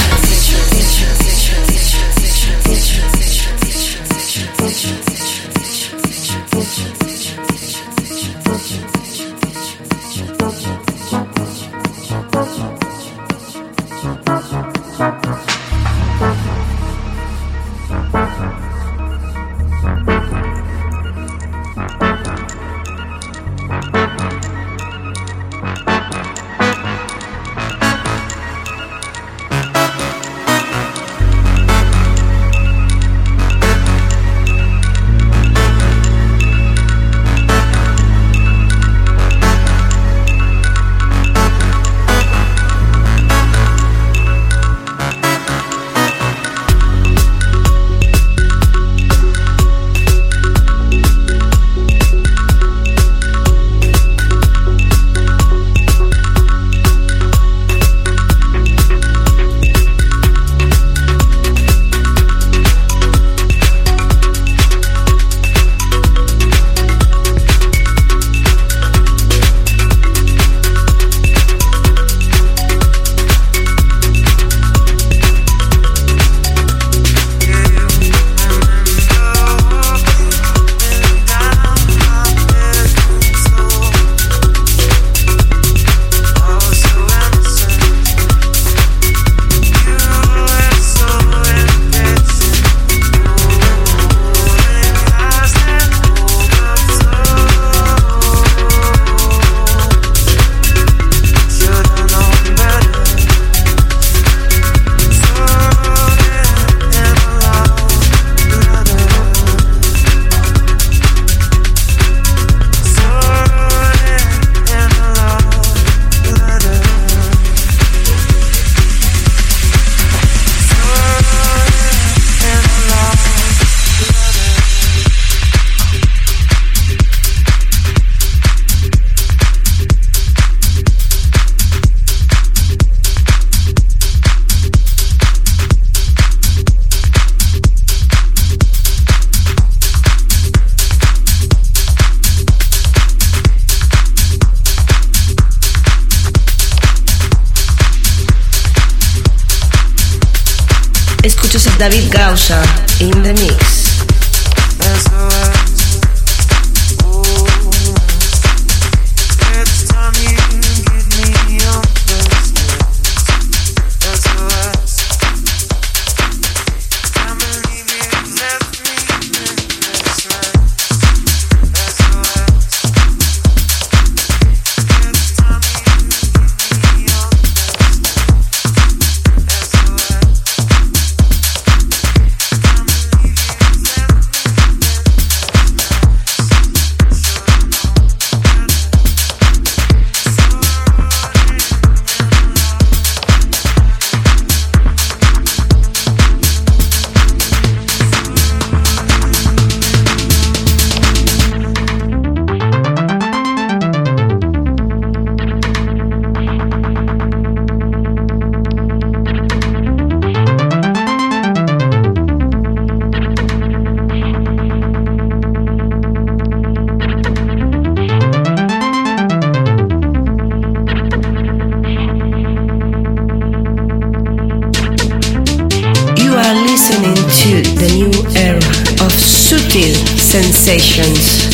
David Gausa in the mix. into the new era of Sutil Sensations.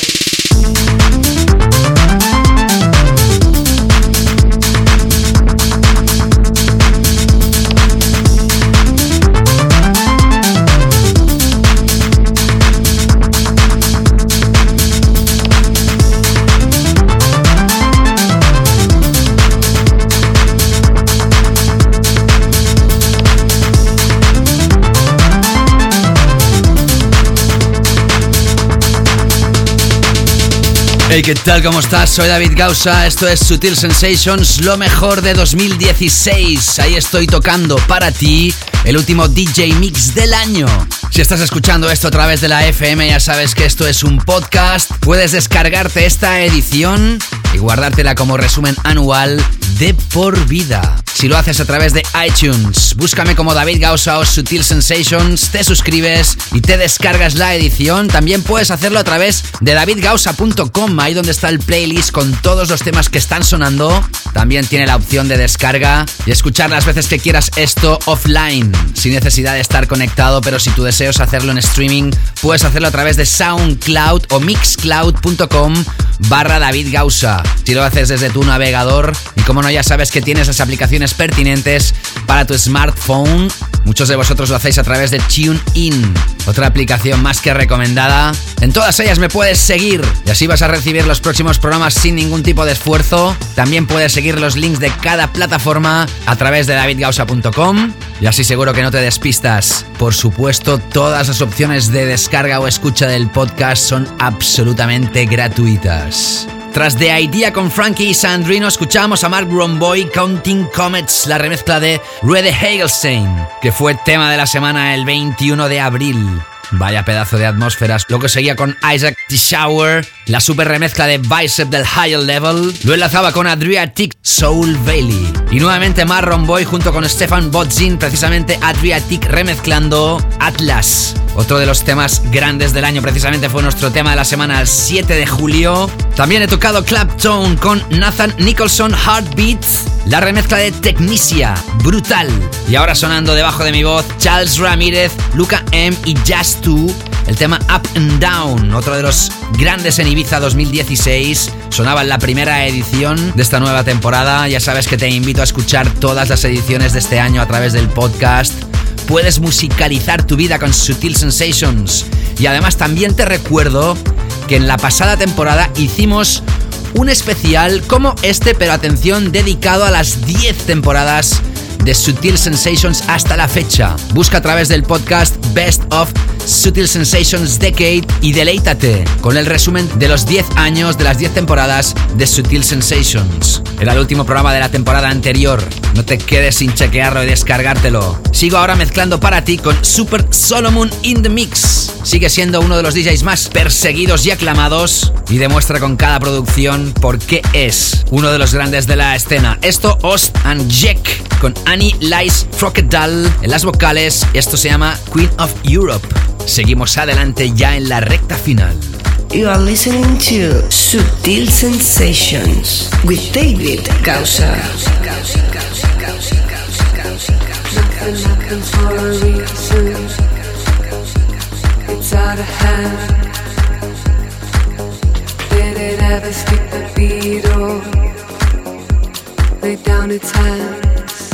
Hey, ¿qué tal? ¿Cómo estás? Soy David Gausa, esto es Sutil Sensations, lo mejor de 2016. Ahí estoy tocando para ti el último DJ Mix del año. Si estás escuchando esto a través de la FM, ya sabes que esto es un podcast. Puedes descargarte esta edición y guardártela como resumen anual de por vida. Si lo haces a través de iTunes, búscame como David Gausa o Sutil Sensations, te suscribes y te descargas la edición. También puedes hacerlo a través de davidgausa.com, ahí donde está el playlist con todos los temas que están sonando. También tiene la opción de descarga y escuchar las veces que quieras esto offline, sin necesidad de estar conectado, pero si tu deseo es hacerlo en streaming, puedes hacerlo a través de SoundCloud o mixcloud.com/David Gausa. Si lo haces desde tu navegador, y como no, ya sabes que tienes las aplicaciones pertinentes para tu smartphone. Muchos de vosotros lo hacéis a través de TuneIn, otra aplicación más que recomendada. En todas ellas me puedes seguir y así vas a recibir los próximos programas sin ningún tipo de esfuerzo. También puedes seguir los links de cada plataforma a través de davidgausa.com y así seguro que no te despistas. Por supuesto, todas las opciones de descarga o escucha del podcast son absolutamente gratuitas. Tras The Idea con Frankie y Sandrino, escuchamos a Mark Romboy, Counting Comets, la remezcla de Ruede Hagelstein, que fue tema de la semana el 21 de abril. Vaya pedazo de atmósferas. Luego seguía con Isaac the Shower, la super remezcla de Bicep del Higher Level. Lo enlazaba con Adriatic Soul Valley. Y nuevamente Mark Romboy junto con Stefan Bodzin, precisamente Adriatic remezclando Atlas. Otro de los temas grandes del año, precisamente fue nuestro tema de la semana el 7 de julio. También he tocado Claptone con Nathan Nicholson, Heartbeat, la remezcla de Technicia, brutal. Y ahora sonando debajo de mi voz, Charles Ramírez, Luca M y Jazz 2, el tema Up and Down, otro de los grandes en Ibiza 2016. Sonaba en la primera edición de esta nueva temporada. Ya sabes que te invito a escuchar todas las ediciones de este año a través del podcast. Puedes musicalizar tu vida con Sutil Sensations. Y además también te recuerdo que en la pasada temporada hicimos un especial como este, pero atención, dedicado a las 10 temporadas de Sutil Sensations hasta la fecha. Busca a través del podcast Best of Sutil Sensations Decade y deleítate con el resumen de los 10 años de las 10 temporadas de Sutil Sensations. Era el último programa de la temporada anterior. No te quedes sin chequearlo y descargártelo. Sigo ahora mezclando para ti con Super Solomon in the Mix. Sigue siendo uno de los DJs más perseguidos y aclamados y demuestra con cada producción por qué es uno de los grandes de la escena. Esto, Ost and Jack con Annie Lice Crocodile en las vocales. Esto se llama Queen of Europe. Seguimos adelante ya en la recta final. You are listening to Sutil Sensations with David Gausa. Nothing happens for a reason. It's out of hand. Did it ever skip the beat or lay down its hands?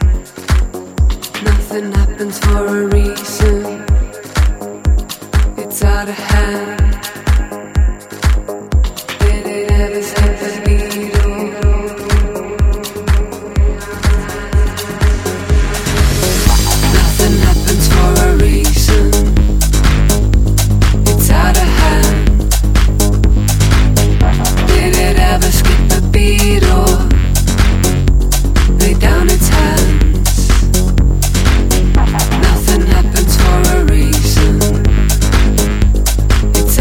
Nothing happens for a reason. It's out of hand. Did it ever skip the beat or nothing happens for a reason. It's out of hand. Did it ever skip the beat or lay down its hands? Nothing happens for a reason. It's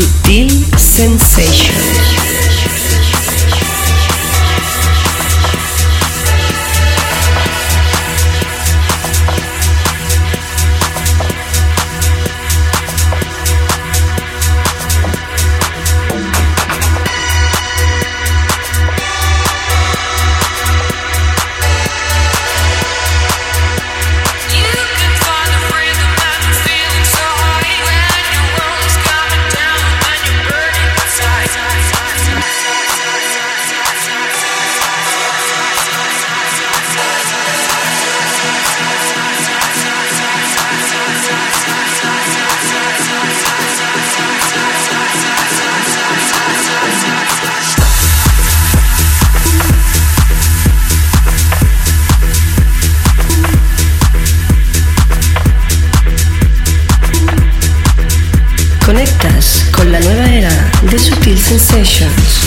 Sutil Sensations. Conectas con la nueva era de Sutil Sensations.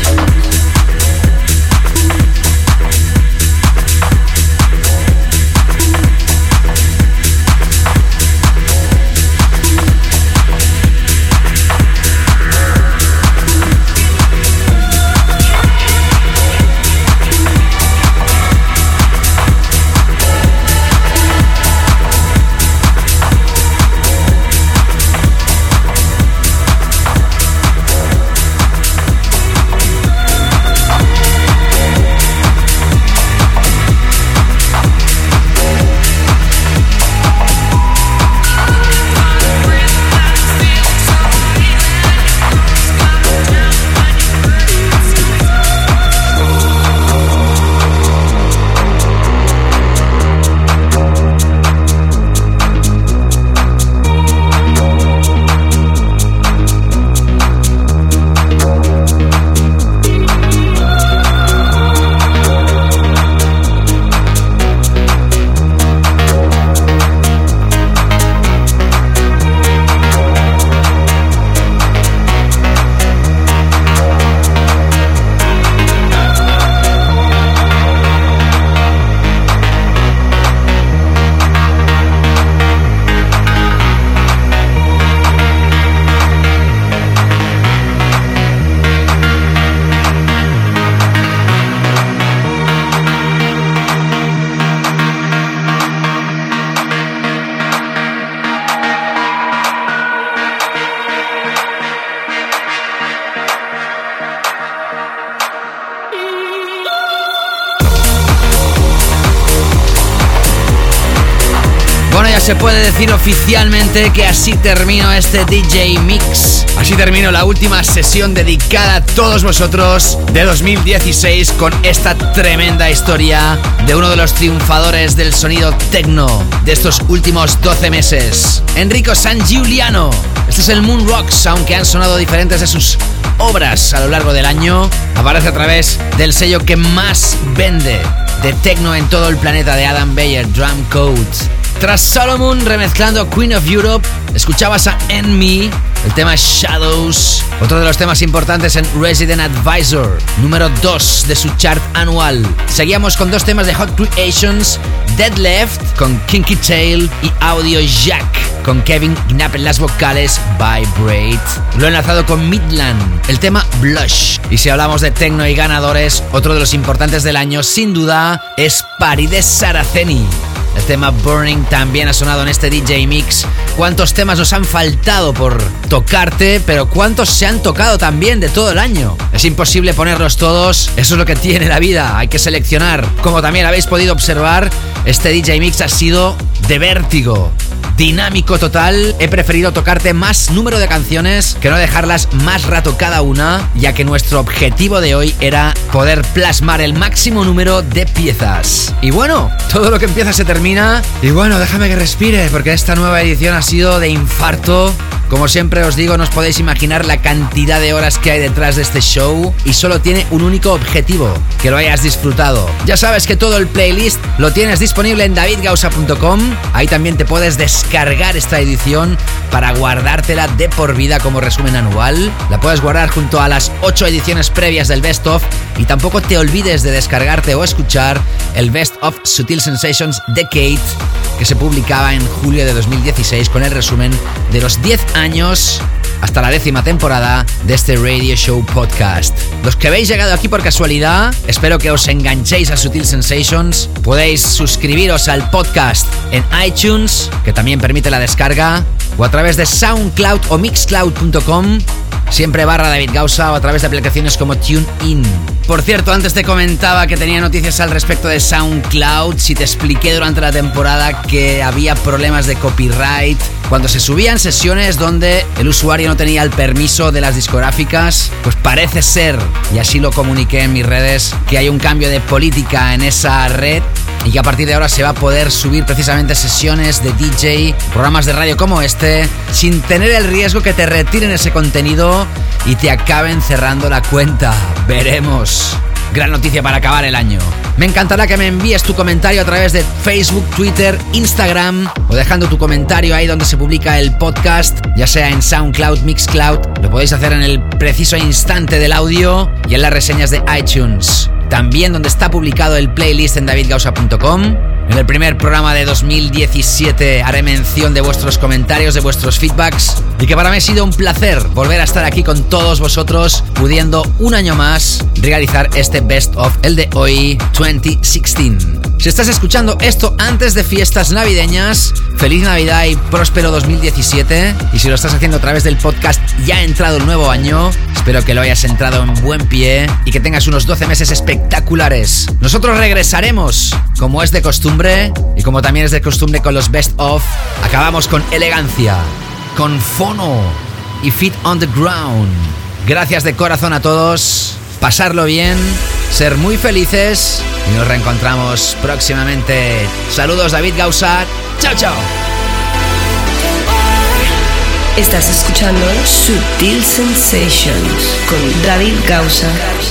Se puede decir oficialmente que así termino este DJ Mix. Así termino la última sesión dedicada a todos vosotros de 2016 con esta tremenda historia de uno de los triunfadores del sonido techno de estos últimos 12 meses, Enrico Sangiuliano. Este es el Moon Rocks, aunque han sonado diferentes de sus obras a lo largo del año. Aparece a través del sello que más vende de techno en todo el planeta, de Adam Beyer, Drum Code. Tras Solomon remezclando Queen of Europe, escuchabas a Enemy, el tema Shadows, otro de los temas importantes en Resident Advisor, número 2 de su chart anual. Seguíamos con dos temas de Hot Creations, Dead Left con Kinky Tail y Audio Jack con Kevin Knapp en las vocales, Vibrate. Lo he enlazado con Midland, el tema Blush. Y si hablamos de techno y ganadores, otro de los importantes del año, sin duda, es Paride Saraceni. El tema Burning también ha sonado en este DJ Mix. ¿Cuántos temas nos han faltado por tocarte? Pero ¿cuántos se han tocado también de todo el año? Es imposible ponerlos todos. Eso es lo que tiene la vida. Hay que seleccionar. Como también habéis podido observar, este DJ Mix ha sido de vértigo. Dinámico total. He preferido tocarte más número de canciones que no dejarlas más rato cada una, ya que nuestro objetivo de hoy era poder plasmar el máximo número de piezas. Y bueno, todo lo que empieza se termina. Y bueno, déjame que respire, porque esta nueva edición ha sido de infarto. Como siempre os digo, no os podéis imaginar la cantidad de horas que hay detrás de este show, y solo tiene un único objetivo: que lo hayas disfrutado. Ya sabes que todo el playlist lo tienes disponible en davidgausa.com. Ahí también te puedes descargar esta edición para guardártela de por vida como resumen anual. La puedes guardar junto a las 8 ediciones previas del Best Of, y tampoco te olvides de descargarte o escuchar el Best Of Sutil Sensations Decade, que se publicaba en julio de 2016 con el resumen de los 10 años hasta la 10ª temporada de este Radio Show Podcast. Los que habéis llegado aquí por casualidad, espero que os enganchéis a Sutil Sensations. Podéis suscribiros al podcast en iTunes, que también permite la descarga, o a través de SoundCloud o Mixcloud.com, siempre /David Gausa, o a través de aplicaciones como TuneIn. Por cierto, antes te comentaba que tenía noticias al respecto de SoundCloud. Si te expliqué durante la temporada que había problemas de copyright cuando se subían sesiones donde el usuario no tenía el permiso de las discográficas, pues parece ser, y así lo comuniqué en mis redes, que hay un cambio de política en esa red y que a partir de ahora se va a poder subir precisamente sesiones de DJ, programas de radio como este, sin tener el riesgo que te retiren ese contenido y te acaben cerrando la cuenta. Veremos. Gran noticia para acabar el año. Me encantará que me envíes tu comentario a través de Facebook, Twitter, Instagram, o dejando tu comentario ahí donde se publica el podcast, ya sea en SoundCloud, Mixcloud. Lo podéis hacer en el preciso instante del audio y en las reseñas de iTunes. También donde está publicado el playlist en davidgausa.com. En el primer programa de 2017 haré mención de vuestros comentarios, de vuestros feedbacks, y que para mí ha sido un placer volver a estar aquí con todos vosotros, pudiendo un año más realizar este Best of, el de hoy, 2016. Si estás escuchando esto antes de fiestas navideñas, feliz Navidad y próspero 2017. Y si lo estás haciendo a través del podcast, ya ha entrado el nuevo año. Espero que lo hayas entrado en buen pie y que tengas unos 12 meses espectaculares. Nosotros regresaremos, como es de costumbre, y como también es de costumbre con los Best of. Acabamos con elegancia, con fono y Feet on the Ground. Gracias de corazón a todos. Pasarlo bien, ser muy felices y nos reencontramos próximamente. Saludos, David Gausa. Chao, chao. Estás escuchando Sutil Sensations con David Gausa.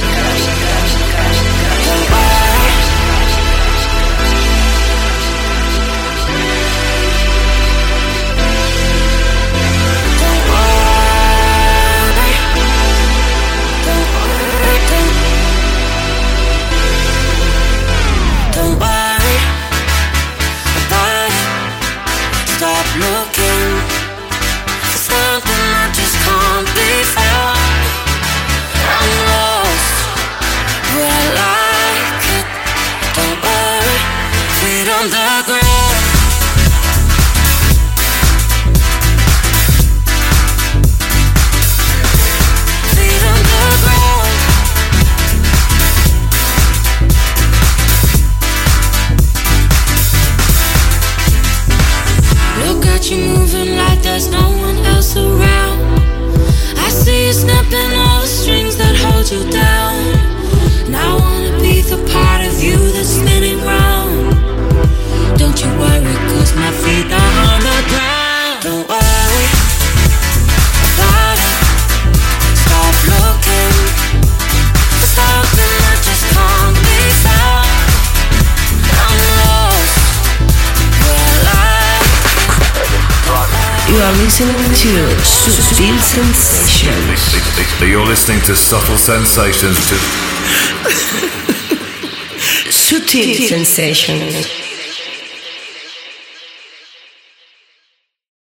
You moving like there's no one else around. I see you snapping all the strings that hold you down. And I wanna be the part of you that's spinning round. Don't you worry, 'cause my feet are on the ground. Don't worry about it. Stop looking for something that just can't be found. I'm lost where life. You are listening to Sutil Sensations. You're listening to Subtle Sensations. Sutil Sensations.